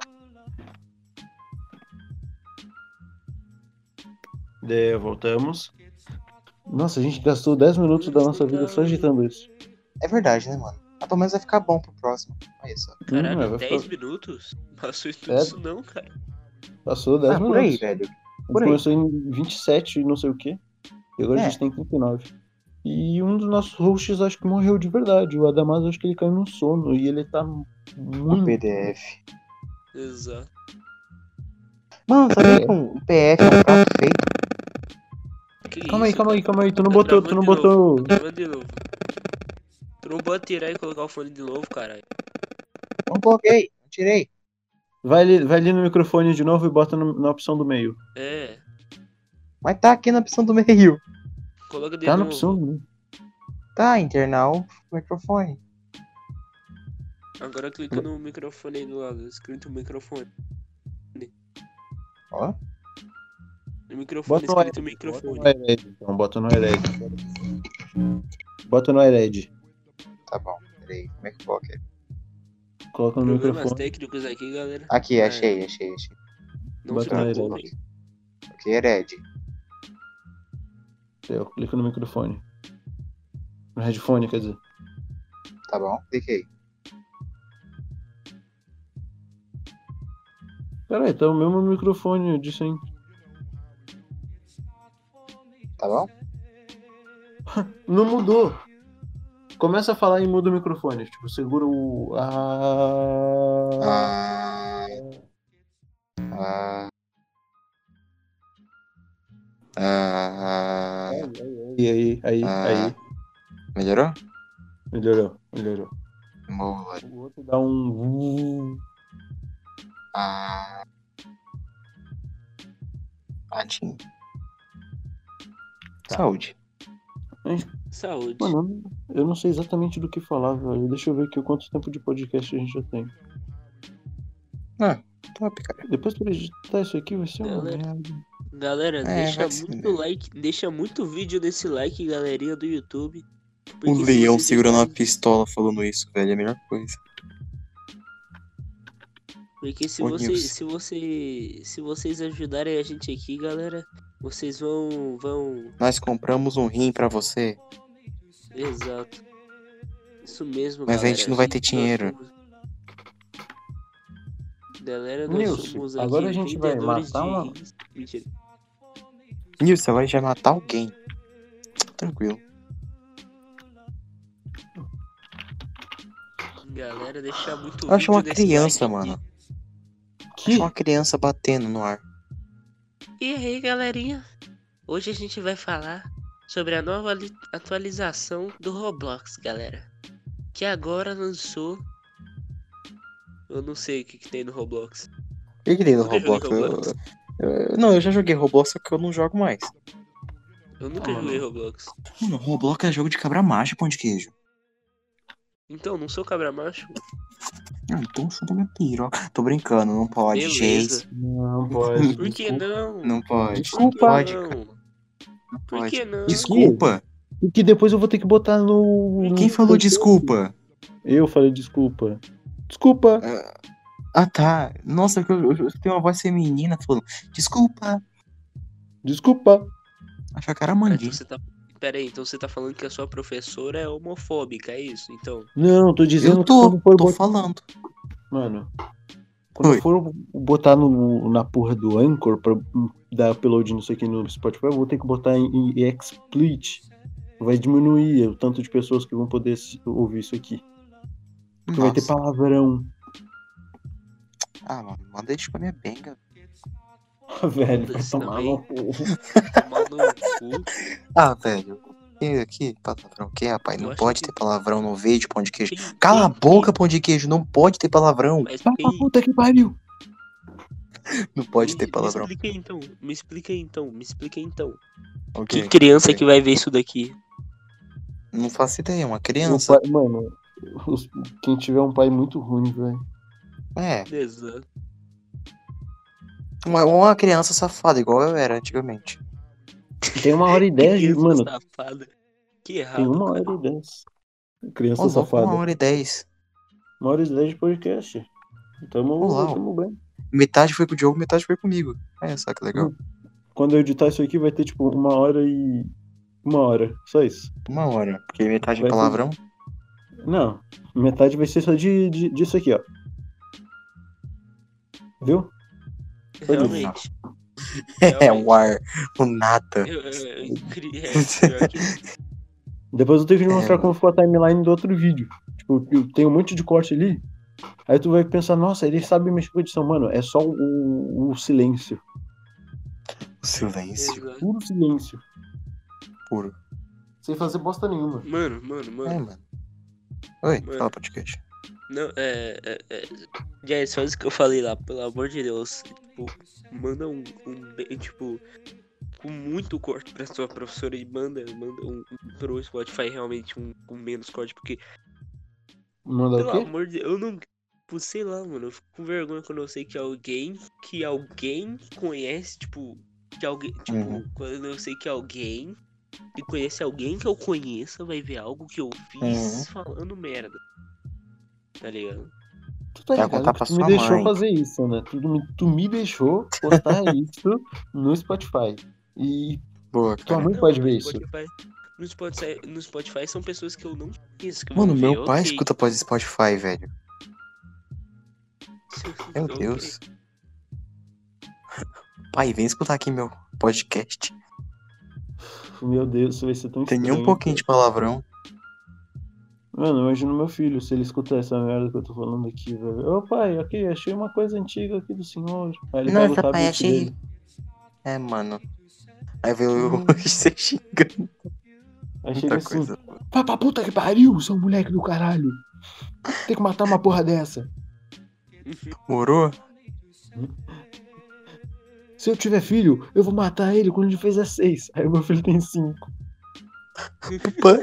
De, voltamos. Nossa, a gente gastou dez minutos da nossa vida só agitando isso. É verdade, né, mano? Mas pelo menos vai ficar bom pro próximo. Olha só. Caralho, Hum, é, vai dez ficar- minutos? Passou isso tudo É. isso não, cara. Passou dez Ah, por minutos. aí, velho. A gente por aí. começou em vinte e sete e não sei o que. E agora a É. gente tem trinta e nove. E um dos nossos hosts acho que morreu de verdade. O Adamaz acho que ele caiu no sono. E ele tá O muito. P D F. Exato. Mano, sabia que um P F é um prato feito? Que Calma aí, isso, calma aí, cara? calma aí. Tu não Tá botou. Tu travando não de novo, botou. tá travando de novo. Tu não pode tirar e colocar o fone de novo, caralho. Não coloquei, não tirei. Vai ali, vai ali no microfone de novo e bota no- na opção do meio. É, Mas tá aqui na opção do meio. coloca de Tá na novo. opção do meio. Tá, internar o microfone. Agora clica no microfone aí do lado, escrito microfone. Ó. No microfone Bota no escrito iRed. microfone. Bota no iRed. Então, bota no iRed. Bota no iRed. Tá bom, peraí. Como é que coloca? Coloca no Problemas microfone. técnicos aqui, galera. Aqui, É, achei, achei, achei. Não se Bota no preocupem. Aqui é Red. Eu clico no microfone. No headphone, quer dizer. Tá bom, cliquei. Peraí, tá o mesmo microfone de sempre. Tá bom? Não mudou. Começa a falar e muda o microfone. Tipo, segura o. Ah... Ah. Ah. Ah. E aí, aí, Ah. aí. Melhorou? Melhorou, melhorou. Mola. O outro dá um. Ah. Atim. Tá. Saúde. Saúde. Mano, eu não sei exatamente do que falar, velho. Deixa eu ver aqui quanto tempo de podcast a gente já tem. Ah, top, cara. Depois pra editar isso aqui vai ser uma Galera. merda. Galera, É, deixa vai ser muito mesmo. like, deixa muito vídeo desse like, galerinha do YouTube. O Porque se leão vocês segurando a deixarem- pistola falando isso, velho. É a melhor coisa. Porque se Ô, vocês, Nilson. se você, se vocês ajudarem a gente aqui, galera, vocês vão, vão, Nós compramos um rim pra você. exato. Isso mesmo, Mas a galera. gente não vai ter nós dinheiro. somos- Galera, nós Nilson, somos aqui agora a gente vai vendedores matar de uma- rins. Mentira. Nilson, agora a gente vai matar alguém. Tranquilo. Galera, deixar muito Eu acho vídeo uma desse criança, like aqui. mano. Que? Acho uma criança batendo no ar. E aí, galerinha? Hoje a gente vai falar sobre a nova ali- atualização do Roblox, galera. Que agora lançou. Eu não sei o que, que tem no Roblox. O que que tem no Nunca joguei Roblox? Eu- Roblox. eu- não, eu já joguei Roblox, só que eu não jogo mais. Eu nunca Ah, joguei mano. Roblox. Mano, Roblox é jogo de cabra macho, pão de queijo. Então, não sou cabra macho. Ah, então chuta minha piroca. Tô brincando, não pode, Beleza. Chase. Não pode. Por que não? Não pode. Desculpa. Não pode, Por que cara. não? Não Por pode. que não? Desculpa. Porque depois eu vou ter que botar no. Quem no falou podcast. desculpa? Eu falei desculpa. Desculpa. Ah, tá. Nossa, eu, eu, eu tenho uma voz feminina falando desculpa. Desculpa. Achei que era Ah, mandinho. então você tá... Pera aí, então você tá falando que a sua professora é homofóbica, é isso? Então, Não, tô dizendo Eu que tô, quando for tô botar. falando. Mano. Quando Oi. eu for botar no, na porra do Anchor pra dar upload nisso aqui no Spotify, eu vou ter que botar em, em explicit. Vai diminuir o tanto de pessoas que vão poder assi- ouvir isso aqui. Porque vai ter Nossa. palavrão. Ah, mano, manda ele com a minha benga. Velho, vai Foda-se tomar também. no cu. tomar no cu. Ah, velho. E aqui, palavrão, que rapaz? Eu Não acho pode que- ter palavrão no vídeo, pão de queijo. Quem- Cala a quem- boca, pão de queijo. Não pode ter palavrão. Mas Vai pra quem... puta que pariu. Não pode me, ter palavrão. Me explica aí, então, me explica aí então, me explica aí, então. Ok. Que criança ok. que vai ver isso daqui? Não faço ideia, uma O criança. pai- mano, os- quem tiver um pai muito ruim, velho. É, Exato. uma, uma criança safada, igual eu era antigamente. Tem uma hora e dez, de- Criança mano. safada. Que errado. Tem uma cara. hora e dez. Criança Ô, louco, safada. uma hora e dez. Uma hora e dez de podcast. Tamo, Olá, ó. tamo bem. Metade foi com o Diogo, metade foi comigo. Olha só que legal. Quando eu editar isso aqui, vai ter tipo uma hora e. Uma hora. Só isso. Uma hora. Porque metade é Vai ter- palavrão. Não. Metade vai ser só de, de, disso aqui, ó. Viu? Realmente. É, o ar, o nada. Eu, eu, eu, cri- é, pior que- Depois eu tenho que te É, mostrar mano. como ficou a timeline do outro vídeo. Tipo, eu- tem um monte de corte ali. Aí tu vai pensar, nossa, ele sabe mexer com edição. Mano, é só o, o silêncio. O silêncio Exato. Puro silêncio. puro. Sem fazer bosta nenhuma. Mano, mano, mano. É, mano. Oi, Mano. fala podcast. Não, é. é, é Jess, faz o que eu falei lá, pelo amor de Deus. Tipo, manda um, um bem, tipo, com muito corte pra sua professora e manda, manda um, um pro Spotify realmente um com menos corte, porque, Manda o pelo quê? amor de Deus, eu não. Tipo, sei lá, mano, eu fico com vergonha quando eu sei que alguém, que alguém conhece, tipo, que alguém, tipo, Uhum. quando eu sei que alguém que conhece alguém que eu conheça vai ver algo que eu fiz Uhum. falando merda. Tá ligado? Tu tá Vai ligado contar que pra tu me sua deixou mãe. fazer isso, né? Tu, me- tu me deixou postar isso no Spotify. E Boa, tua cara. mãe Não, pode no ver isso. Spotify, no Spotify, no Spotify são pessoas que eu não conheço que vão Mano, ver, meu pai ok. escuta pós Spotify, velho. Meu Ok. Deus. Pai, vem escutar aqui meu podcast. Meu Deus, isso vai ser tão Tem nem estranho. um pouquinho de palavrão. Mano, imagina meu filho, se ele escutar essa merda que eu tô falando aqui, velho. Ô pai, aqui, achei uma coisa antiga aqui do senhor. Aí ele pega o Nossa, pai, tablet achei. dele. É, mano. Aí veio Hum. você xingando. Aí chega Muita assim, coisa. vai pra puta que pariu, seu moleque do caralho. Tem que matar uma porra dessa. Morou? Se eu tiver filho, eu vou matar ele quando ele fizer seis. Aí o meu filho tem cinco. Papai.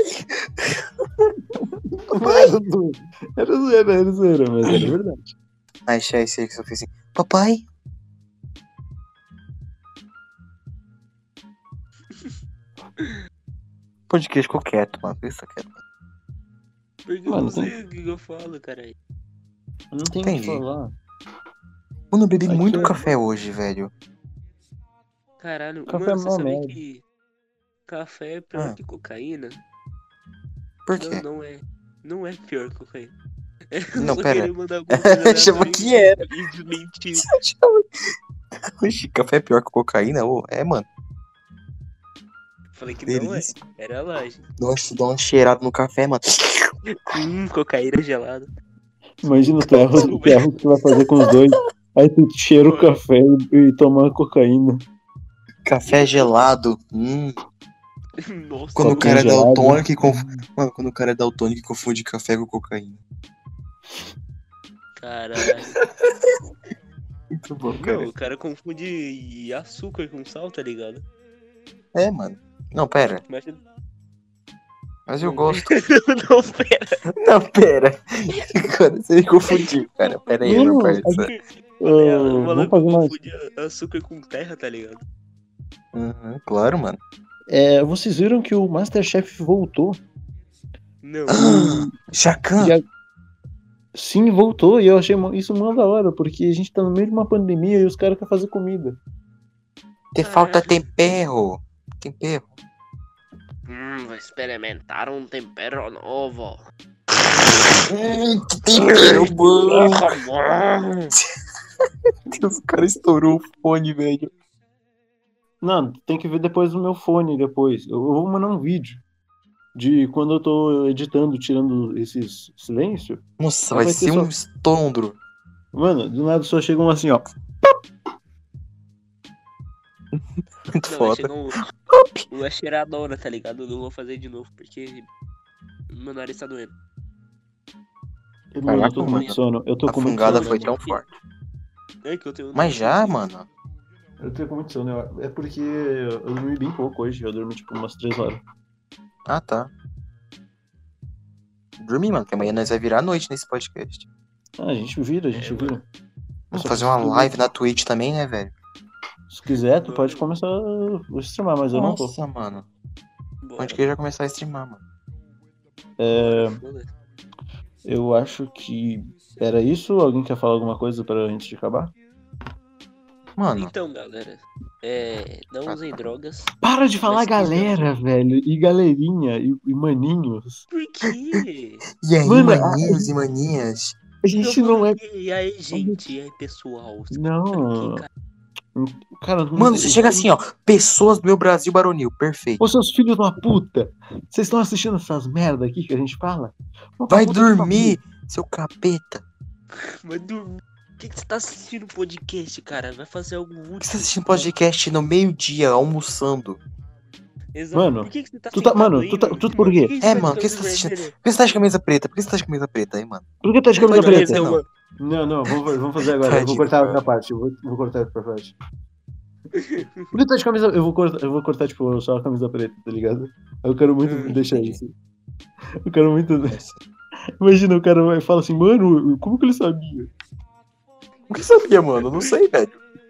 Era zoeira, era zoeira, era zoeira, mas era verdade. Aí achei esse aí que eu fiz assim. Papai. Podcast ficou quieto, mano. Isso quieto. Porque eu Mano, não sei tem- o que eu falo, caralho. Não tem o que Entendi. falar. Mano, eu bebi Aqui muito é- café hoje, velho. Caralho, Café mano, é você mó sabia merda. que café é pior Ah. que cocaína? Por quê? Não, não é. Não é pior que cocaína. Eu Não, só pera. queria mandar alguma coisa Achava aleatória que e- era. E desmentir. Oxi, café é pior que cocaína? Ô, é, mano. Falei que não é. Delícia. Era laje. Nossa, dá uma cheirada no café, mano. Hum, cocaína gelada. Imagina o terro, o terro que tu vai fazer com os dois. Aí tu cheira o café e, e toma cocaína. Café gelado. Hum. Nossa, Quando o Copinho cara é gelado. daltônico e confunde. Mano, quando o cara é daltônico e confunde café com cocaína. caralho. Muito bom, Não, o cara confunde açúcar com sal, tá ligado? É, mano. Não, pera. Imagina. Mas eu Não, gosto. não, não, pera. Não, pera. Agora você me confundiu, cara. Pera aí, meu Não, parça. É, Ah, o vamos maluco fazer mais. confunde açúcar com terra, tá ligado? Uhum, claro, mano. É, vocês viram que o Masterchef voltou? Não. Chacan. E a- Sim, voltou. E eu achei mo- isso mó da hora, porque a gente tá no meio de uma pandemia e os caras querem fazer comida. Te falta tempero. Tempero. Hum, vou experimentar um tempero novo. Hum, que tempero bom. Deus, o cara estourou o fone, velho. Não, tem que ver depois no meu fone depois. Eu eu vou mandar um vídeo de quando eu tô editando, tirando esses silêncio. Nossa, Aí vai vai ter ser só- um estondro. Mano, do nada só chega um assim, ó. Muito Não, vai foda. chegar um, uma cheiradora, tá ligado? Eu não vou fazer de novo, porque meu nariz tá doendo. Mano, eu Caraca, tô com mano. muito sono. Eu tô A com muito fungada sono. foi né? tão forte. É que eu tenho... Mas já, mano. Eu tô com muito sono. eu- É porque eu dormi bem pouco hoje. Eu dormi tipo umas três horas. Ah, tá. Dormir, mano, que amanhã nós vai virar a noite nesse podcast. Ah, a gente vira, a gente É, vira. Eu Vamos só fazer uma preciso- live na Twitch também, né, velho? Se quiser, tu pode começar a streamar, mas eu não vou. Nossa, mano. Bora. Onde que eu já começar a streamar, mano? É, Foda-se. eu acho que era isso. Alguém quer falar alguma coisa pra antes de acabar? Mano, Então, galera, é, não usem drogas. Para de falar Mas que galera, velho. E galerinha, e, e maninhos. Por quê? e aí, Mano, maninhos e maninhas? A gente não é. E aí, gente? E aí, pessoal? Não. Que cara- Cara, Mano, você chega assim, ó. Pessoas do meu Brasil baronil, perfeito. Ô, seus filhos de uma puta. Vocês estão assistindo essas merda aqui que a gente fala? Vão pra Vai puta que dormir, seu capeta. Vai dormir. Por que, que você tá assistindo podcast, cara? Vai fazer algo útil. Por que você tá assistindo podcast no meio-dia, almoçando? Exato. Mano, por que, que você tá tu tá- sentado mano, aí, tu tá- mano? tu por quê? que É, você mano, tá que de você tá assistindo? vermelho? Por que você tá de camisa preta? Por que você tá de camisa preta aí, mano? Por que tá de camisa Mano, preta? esse é não. uma- Não, não, vamos, vamos fazer agora. Eu vou Tadinho, cortar cara. outra parte. Eu vou, vou cortar outra parte. Por que tá de camisa. Eu vou cortar, eu vou cortar tipo, só a camisa preta, tá ligado? Eu quero muito Hum, deixar entendi. isso. Eu quero muito. Imagina, o cara vai e fala assim, mano, como que ele sabia? O que sabia, mano? Eu não sei, velho.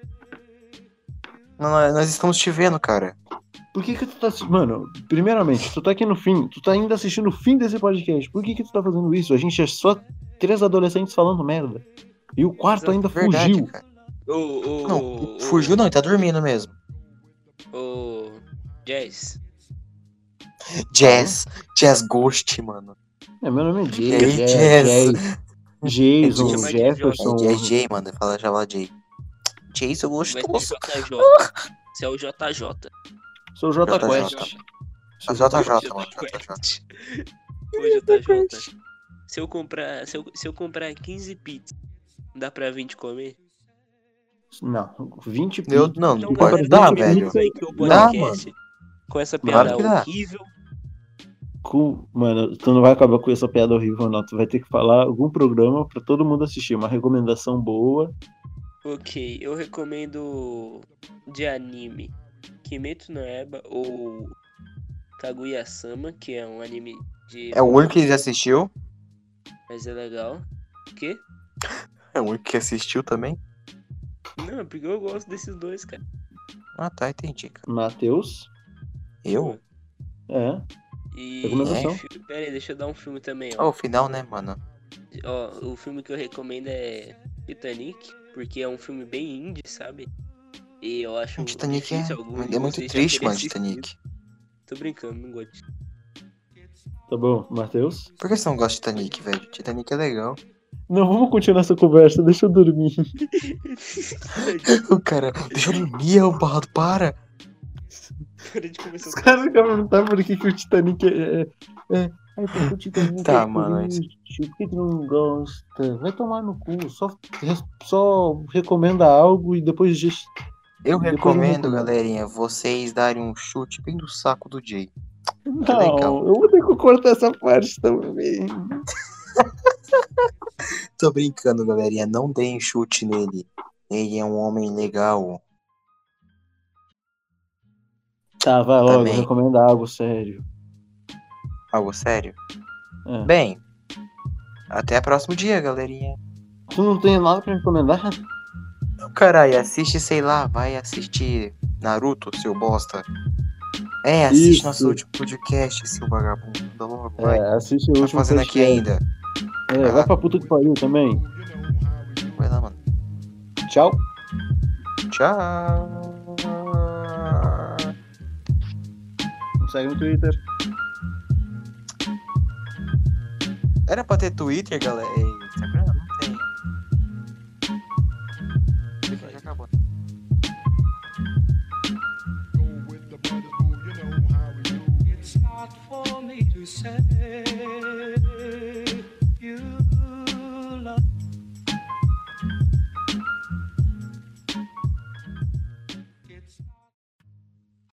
Não, nós nós estamos te vendo, cara. Por que que tu tá assi- Mano, primeiramente, tu tá aqui no fim, tu tá ainda assistindo o fim desse podcast. Por que que tu tá fazendo isso? A gente é só três adolescentes falando merda. E o quarto ainda Verdade, fugiu. cara. Ô, ô, Não, ô, fugiu não, ele tá dormindo mesmo. Ô, Jazz. Jazz. Jazz Ghost, mano. É, meu nome é Jay, E aí, Jay, Jazz? Jay, Jason, É Jazz. Jefferson. É Jay, mano. Fala já lá, Jay. Jason Vai ser gostoso. J J. Você é o J J. Sou o J J J. Quest. A J J, mano. J J. Ô, J J. Se eu comprar, se eu, se eu comprar quinze pizzas, dá pra vinte comer? Não, vinte Eu, pix. não, Então, não pode galera, dar, termina velho. isso aí que o Dá, podcast, com essa Claro piada que dá. horrível. Com- Mano, tu não vai acabar com essa piada horrível, não. Tu vai ter que falar algum programa pra todo mundo assistir. Uma recomendação boa. Ok, eu recomendo de anime Kimetsu no Yaiba ou Kaguya-sama, que é um anime de... É o único que já assistiu? Mas é legal. O quê? É o único que assistiu também? Não, porque eu gosto desses dois, cara. Ah, tá, entendi, cara. Matheus. Eu? É. E... Recomendação. fi- Pera aí, deixa eu dar um filme também, Ó, ó. o final, né, mano? Ó, o filme que eu recomendo é Titanic, porque é um filme bem indie, sabe? E eu acho O Titanic é, difícil algum de é muito vocês já triste, terem mano, assistido. Titanic. Tô brincando, não gosto. de- Tá bom, Matheus. Por que você não gosta de Titanic, velho? Titanic é legal. Não, vamos continuar essa conversa, deixa eu dormir. O cara, deixa eu dormir, arrombado, para. Para de começar Os caras ficam perguntando por que, que o Titanic é. é, é... Ai, porque o Titanic Tá, é mano, triste, por que tu não gosta? Vai tomar no cu, só, só recomenda algo e depois diz. Eu Depois recomendo, eu recomendo. galerinha, vocês darem um chute bem no saco do Jay. Não, legal. eu vou ter que cortar essa parte também. Tô brincando, galerinha, não deem chute nele. Ele é um homem legal. Tá, vai logo, Também. recomenda algo sério. Algo sério? É. Bem, até o próximo dia, galerinha. Tu não tem nada pra recomendar? Caralho, assiste, sei lá, vai assistir Naruto, seu bosta. É, assiste Isso. nosso último podcast, seu vagabundo. Anda logo, vai. É, assiste o Tá último fazendo aqui podcast. ainda? É, Vai vai lá. pra puta que pariu também. Vai lá, mano. Tchau. Tchau. Segue no Twitter. Era pra ter Twitter, galera. e Instagram?